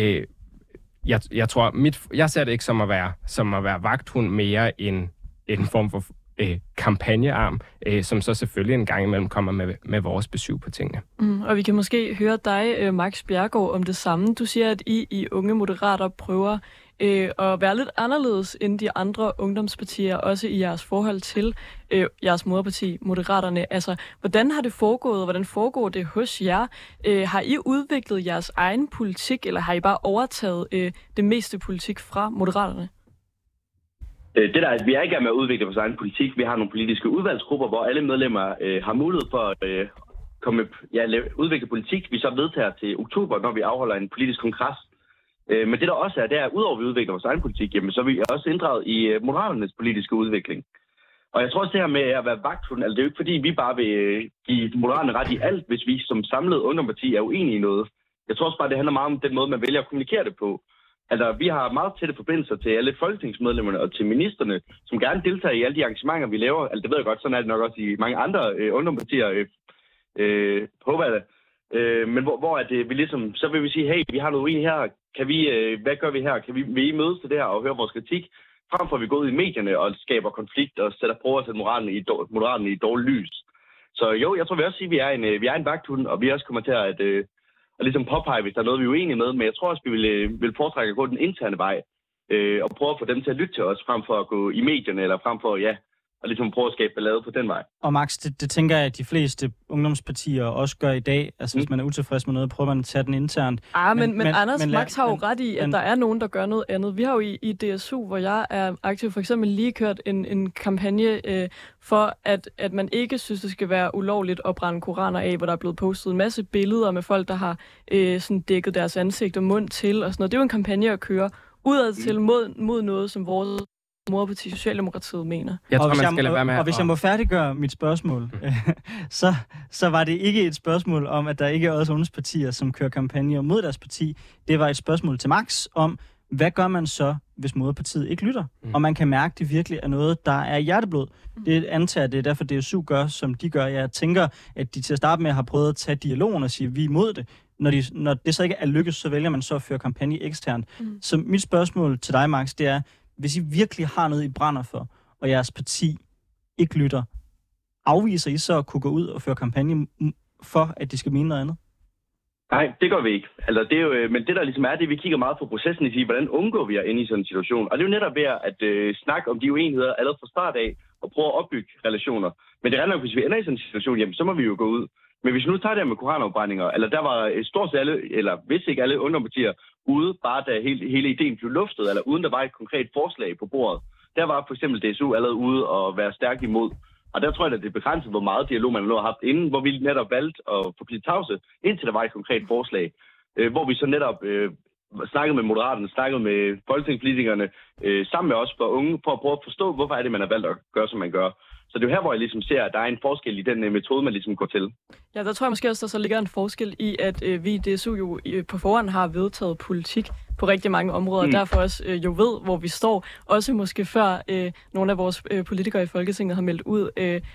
jeg tror, jeg ser det ikke som at være vagthund mere end en form for kampagnearm, som så selvfølgelig en gang imellem kommer med vores besøg på tingene. Og vi kan måske høre dig, Max Bjerregaard, om det samme. Du siger, at I Unge Moderater prøver at være lidt anderledes end de andre ungdomspartier, også i jeres forhold til jeres moderparti, Moderaterne. Altså, hvordan har det foregået, og hvordan foregår det hos jer? Har I udviklet jeres egen politik, eller har I bare overtaget det meste politik fra Moderaterne? Vi er i gang med at udvikle vores egen politik. Vi har nogle politiske udvalgsgrupper, hvor alle medlemmer har mulighed for at udvikle politik. Vi så vedtager til oktober, når vi afholder en politisk kongres. Men det der også er, det er, at udover at vi udvikler vores egen politik, jamen, så er vi også inddraget i Moderaternes politiske udvikling. Og jeg tror også det her med at være vagthund, altså det er jo ikke fordi, vi bare vil give Moderaterne ret i alt, hvis vi som samlet ungdomsparti er uenige i noget. Jeg tror også bare, det handler meget om den måde, man vælger at kommunikere det på. Altså, vi har meget tætte forbindelser til alle folketingsmedlemmerne og til ministerne, som gerne deltager i alle de arrangementer, vi laver. Altså, det ved jeg godt, sådan er det nok også i mange andre ungdomspartier, håber jeg det. Men hvor er det, vi ligesom, så vil vi sige, hey, vi har noget uenigt her. Hvad gør vi her? Vil I mødes til det her og høre vores kritik? Frem for at vi går ud i medierne og skaber konflikt og prøver at sætte Moderaterne i et dårligt lys. Så jo, jeg tror, vi også siger, at vi er en vagthund, og vi også kommer til at ligesom påpege, hvis der er noget, vi er uenige med. Men jeg tror også, vi vil foretrække at gå den interne vej og prøve at få dem til at lytte til os, frem for at gå i medierne, eller frem for, og ligesom prøve at skabe ballade på den vej. Og Max, det tænker jeg, at de fleste ungdomspartier også gør i dag. Altså, hvis man er utilfreds med noget, prøver man at tage den internt. Men Anders, Max har jo ret i, at der er nogen, der gør noget andet. Vi har jo i DSU, hvor jeg er aktiv, for eksempel lige kørt en kampagne for, at man ikke synes, det skal være ulovligt at brænde koraner af, hvor der er blevet postet en masse billeder med folk, der har sådan dækket deres ansigt og mund til og sådan noget. Det er jo en kampagne at køre udad til mod noget, som vores moderparti Socialdemokratiet mener. Jeg tror, man skal lade være med. Og hvis jeg må færdiggøre mit spørgsmål, så var det ikke et spørgsmål om, at der ikke er også ungdomspartier, som kører kampagner mod deres parti. Det var et spørgsmål til Max om, hvad gør man så, hvis moderpartiet ikke lytter? Og man kan mærke, at det virkelig er noget, der er hjerteblod. Det antager det er derfor, DSU gør, som de gør. Jeg tænker, at de til at starte med har prøvet at tage dialogen og sige, at vi er imod det. Når det så ikke er lykkes, så vælger man så at føre kampagne eksternt. Så mit spørgsmål til dig, Max, det er, hvis I virkelig har noget, I brænder for, og jeres parti ikke lytter, afviser I så at kunne gå ud og føre kampagne for, at de skal mene noget andet? Nej, det gør vi ikke. Altså, det er jo, men det der ligesom er det, vi kigger meget på processen i, hvordan undgår vi at ende i sådan en situation. Og det er jo netop ved at snakke om de uenigheder allerede fra start af, og prøve at opbygge relationer. Men det er nok, hvis vi ender i sådan en situation, jamen, så må vi jo gå ud. Men hvis vi nu tager det med koranafbrændinger, eller der var stort set alle, eller hvis ikke alle ungdomspartier ude, bare da hele ideen blev luftet, eller uden der var et konkret forslag på bordet. Der var for eksempel DSU allerede ude og være stærkt imod. Og der tror jeg, at det er begrænset, hvor meget dialog man har haft inden, hvor vi netop valgte at forblive tavse, indtil der var et konkret forslag. Hvor vi så netop snakkede med Moderaterne, snakkede med folketingspolitikerne, sammen med os for unge, for at prøve at forstå, hvorfor er det, man har valgt at gøre, som man gør. Så det er jo her, hvor jeg ligesom ser, at der er en forskel i den metode, man ligesom går til. Ja, der tror jeg måske også, der så ligger en forskel i, at vi i DSU jo på forhånd har vedtaget politik på rigtig mange områder, og derfor også jo ved, hvor vi står. Også måske før nogle af vores politikere i Folketinget har meldt ud,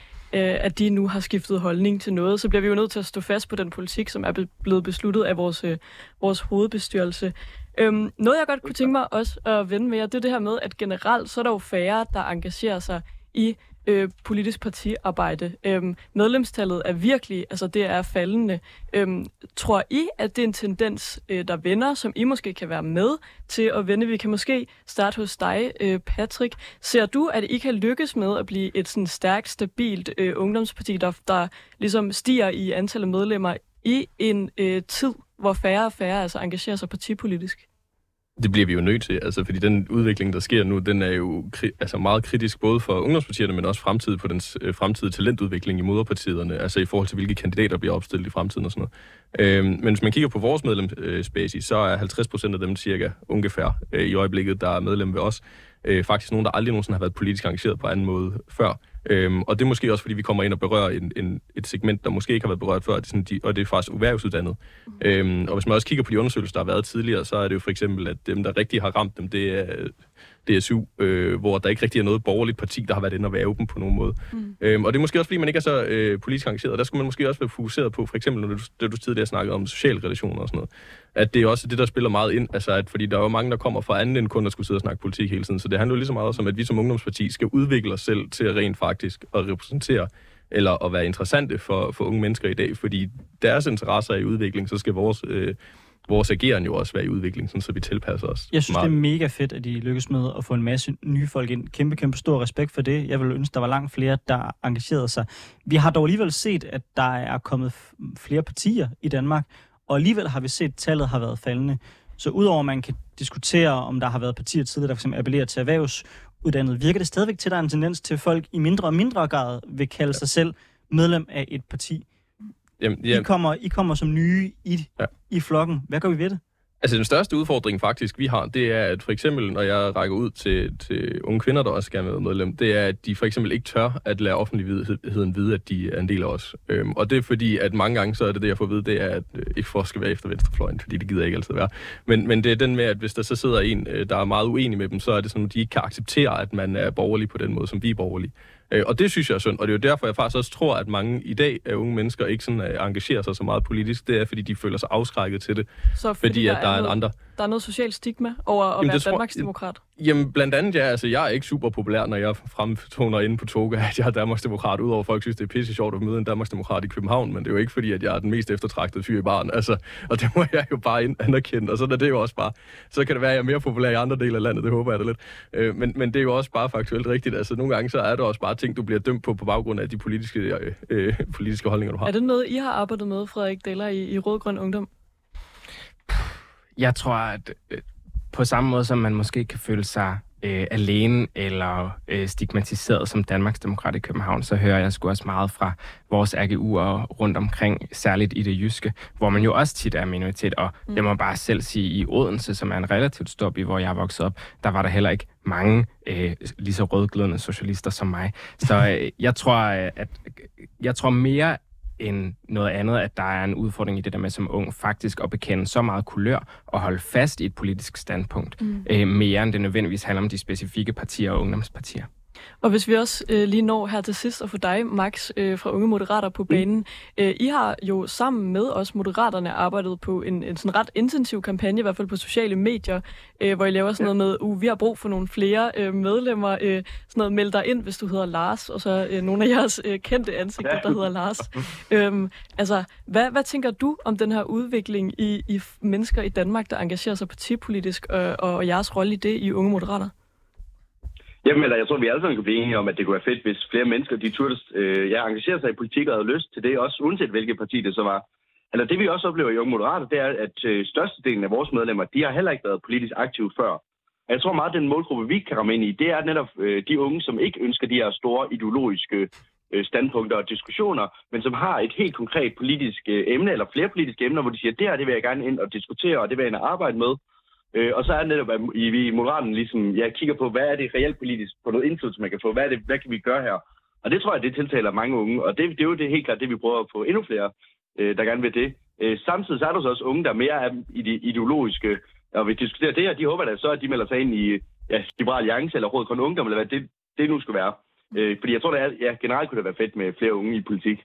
at de nu har skiftet holdning til noget, så bliver vi jo nødt til at stå fast på den politik, som er blevet besluttet af vores hovedbestyrelse. Noget, jeg godt kunne tænke mig også at vende med jer, det er det her med, at generelt så er der jo færre, der engagerer sig i politisk partiarbejde. Medlemstallet er virkelig, altså det er faldende. Tror I, at det er en tendens, der vender, som I måske kan være med til at vende? Vi kan måske starte hos dig, Patrick. Ser du, at I kan lykkes med at blive et sådan stærkt, stabilt ungdomsparti, der ligesom stiger i antallet medlemmer i en tid, hvor færre og færre altså engagerer sig partipolitisk? Det bliver vi jo nødt til, altså, fordi den udvikling, der sker nu, den er jo meget kritisk, både for ungdomspartierne, men også på dens fremtidige talentudvikling i moderpartierne, altså i forhold til, hvilke kandidater bliver opstillet i fremtiden og sådan noget. Men hvis man kigger på vores medlemsbasis, så er 50% af dem cirka ungefær i øjeblikket, der er medlem ved os, faktisk nogen, der aldrig nogensinde har været politisk engageret på anden måde før. Og det er måske også, fordi vi kommer ind og berører et segment, der måske ikke har været berørt før, og det er faktisk erhvervsuddannet. Og hvis man også kigger på de undersøgelser, der har været tidligere, så er det jo for eksempel, at dem, der rigtig har ramt dem, det er DSU, hvor der ikke rigtig er noget borgerligt parti, der har været inde og være åben på nogen måde. Og det er måske også, fordi man ikke er så politisk engageret, og der skulle man måske også være fokuseret på, for eksempel, når du tidligere snakkede om sociale relationer og sådan noget, at det er også det, der spiller meget ind, altså at, fordi der er jo mange, der kommer fra anden end kun, der skulle sidde og snakke politik hele tiden, så det handler jo lige så meget om, at vi som ungdomsparti skal udvikle os selv til at rent faktisk at repræsentere eller at være interessante for unge mennesker i dag, fordi deres interesser er i udvikling, så skal vores vores ageren jo også være i udvikling, sådan, så vi tilpasser os. Jeg synes, det er mega fedt, at I lykkes med at få en masse nye folk ind. Kæmpe stor respekt for det. Jeg ville ønske, der var langt flere, der engagerede sig. Vi har dog alligevel set, at der er kommet flere partier i Danmark, og alligevel har vi set, at tallet har været faldende. Så udover at man kan diskutere, om der har været partier tidligere, der f.eks. appellerer til erhvervsuddannet, virker det stadigvæk til, at der er en tendens til, at folk i mindre og mindre grad vil kalde sig selv medlem af et parti. Jamen. I kommer som nye i flokken. Hvad gør vi ved det? Altså den største udfordring faktisk, vi har, det er, at for eksempel, når jeg rækker ud til unge kvinder, der også gerne vil være medlem, det er, at de for eksempel ikke tør at lade offentligheden vide, at de er en del af os. Og det er fordi, at mange gange, så er det jeg får at vide, det er, at ikke for skal være efter venstrefløjen, fordi det gider ikke altid være. Men det er den med, at hvis der så sidder en, der er meget uenig med dem, så er det sådan, at de ikke kan acceptere, at man er borgerlig på den måde, som vi er borgerlige. Og det synes jeg er synd, og det er jo derfor, jeg faktisk også tror, at mange i dag af unge mennesker ikke sådan engagerer sig så meget politisk. Det er, fordi de føler sig afskrækket til det. Så fordi at der er en andre... Der er noget socialt stigma over at være Danmarksdemokrat? Jamen, blandt andet, ja. Altså, jeg er ikke super populær, når jeg fremtoner inde på Toga, at jeg er Danmarksdemokrat, udover folk synes, det er pisse sjovt at møde en Danmarksdemokrat i København, men det er jo ikke fordi, at jeg er den mest eftertragtede fyr i baren. Altså, og det må jeg jo bare anerkende, og sådan er det jo også bare. Så kan det være, at jeg er mere populær i andre dele af landet, det håber jeg da lidt. Men det er jo også bare faktuelt rigtigt. Altså, nogle gange så er der også bare ting, du bliver dømt på baggrund af de politiske holdninger, du har. Er det noget, I har arbejdet med, Frederik Daler, i Rød-Grøn Ungdom? Jeg tror, at på samme måde, som man måske kan føle sig alene eller stigmatiseret som Danmarksdemokrat i København, så hører jeg sgu også meget fra vores RGU'er rundt omkring, særligt i det jyske, hvor man jo også tit er minoritet, og jeg må bare selv sige, i Odense, som er en relativt stor by, hvor jeg er vokset op, der var der heller ikke mange lige så rødglødende socialister som mig. Så jeg tror mere end noget andet, at der er en udfordring i det der med som ung faktisk at bekende så meget kulør og holde fast i et politisk standpunkt, mere end det nødvendigvis handler om de specifikke partier og ungdomspartier. Og hvis vi også lige når her til sidst at få dig, Max, fra Unge Moderater på banen. I har jo sammen med os Moderaterne arbejdet på en sådan ret intensiv kampagne, i hvert fald på sociale medier, hvor I laver sådan noget med, vi har brug for nogle flere medlemmer, sådan noget, meld dig ind, hvis du hedder Lars, og så nogle af jeres kendte ansigter, der hedder Lars. Altså, hvad tænker du om den her udvikling i mennesker i Danmark, der engagerer sig partipolitisk, og jeres rolle i det i Unge Moderater? Jamen, jeg tror, vi alle sammen kan blive enige om, at det kunne være fedt, hvis flere mennesker, de turde engagere sig i politik og havde lyst til det, også uanset hvilket parti det så var. Eller det vi også oplever i Unge Moderater, det er, at størstedelen af vores medlemmer, de har heller ikke været politisk aktive før. Og jeg tror meget, at den målgruppe, vi kan ramme ind i, det er netop de unge, som ikke ønsker de her store ideologiske standpunkter og diskussioner, men som har et helt konkret politisk emne, eller flere politiske emner, hvor de siger, det her, det vil jeg gerne ind og diskutere, og det vil jeg ind og arbejde med. Og så er det netop, at vi i Moderaterne ligesom, kigger på, hvad er det reelt politisk, på noget indflydelse, man kan få, hvad kan vi gøre her? Og det tror jeg, det tiltaler mange unge, og det er jo det helt klart det, vi prøver at få endnu flere, der gerne vil det. Samtidig så er der så også unge, der mere er i det ideologiske, og vi diskuterer det, og de håber da så, at de melder sig ind i Liberal Alliance eller Rød-Grøn Ungdom, eller hvad det nu skal være. Fordi jeg tror, det generelt kunne det være fedt med flere unge i politik.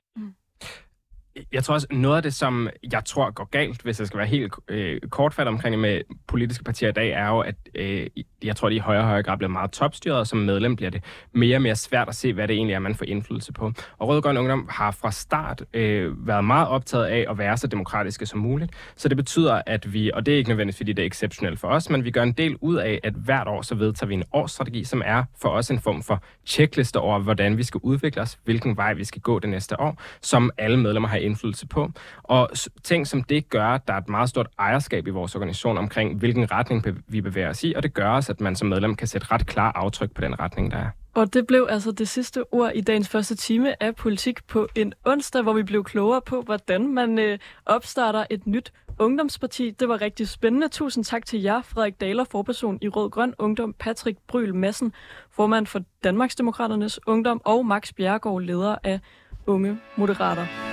Jeg tror også, noget af det, som jeg tror går galt, hvis jeg skal være helt kortfattet omkring med politiske partier i dag, er jo, at jeg tror, de i højere og højere grad bliver meget topstyret, og som medlem bliver det mere og mere svært at se, hvad det egentlig er, man får indflydelse på. Og Rød-Grøn Ungdom har fra start været meget optaget af at være så demokratiske som muligt. Så det betyder, at vi, og det er ikke nødvendigvis, fordi det er exceptionelt for os, men vi gør en del ud af, at hvert år så vedtager vi en årsstrategi, som er for os en form for checkliste over, hvordan vi skal udvikle os, hvilken vej vi skal gå det næste år, som alle medlemmer har indflydelse på. Og ting som det gør, at der er et meget stort ejerskab i vores organisation omkring, hvilken retning vi bevæger os i, og det gør også, at man som medlem kan sætte ret klar aftryk på den retning, der er. Og det blev altså det sidste ord i dagens første time af Politik på en onsdag, hvor vi blev klogere på, hvordan man opstarter et nyt ungdomsparti. Det var rigtig spændende. Tusind tak til jer, Frederik Daler, forperson i Rød-Grøn Ungdom, Patrick Bryl Madsen, formand for Danmarksdemokraternes Ungdom, og Max Bjerregaard, leder af Unge Moderater.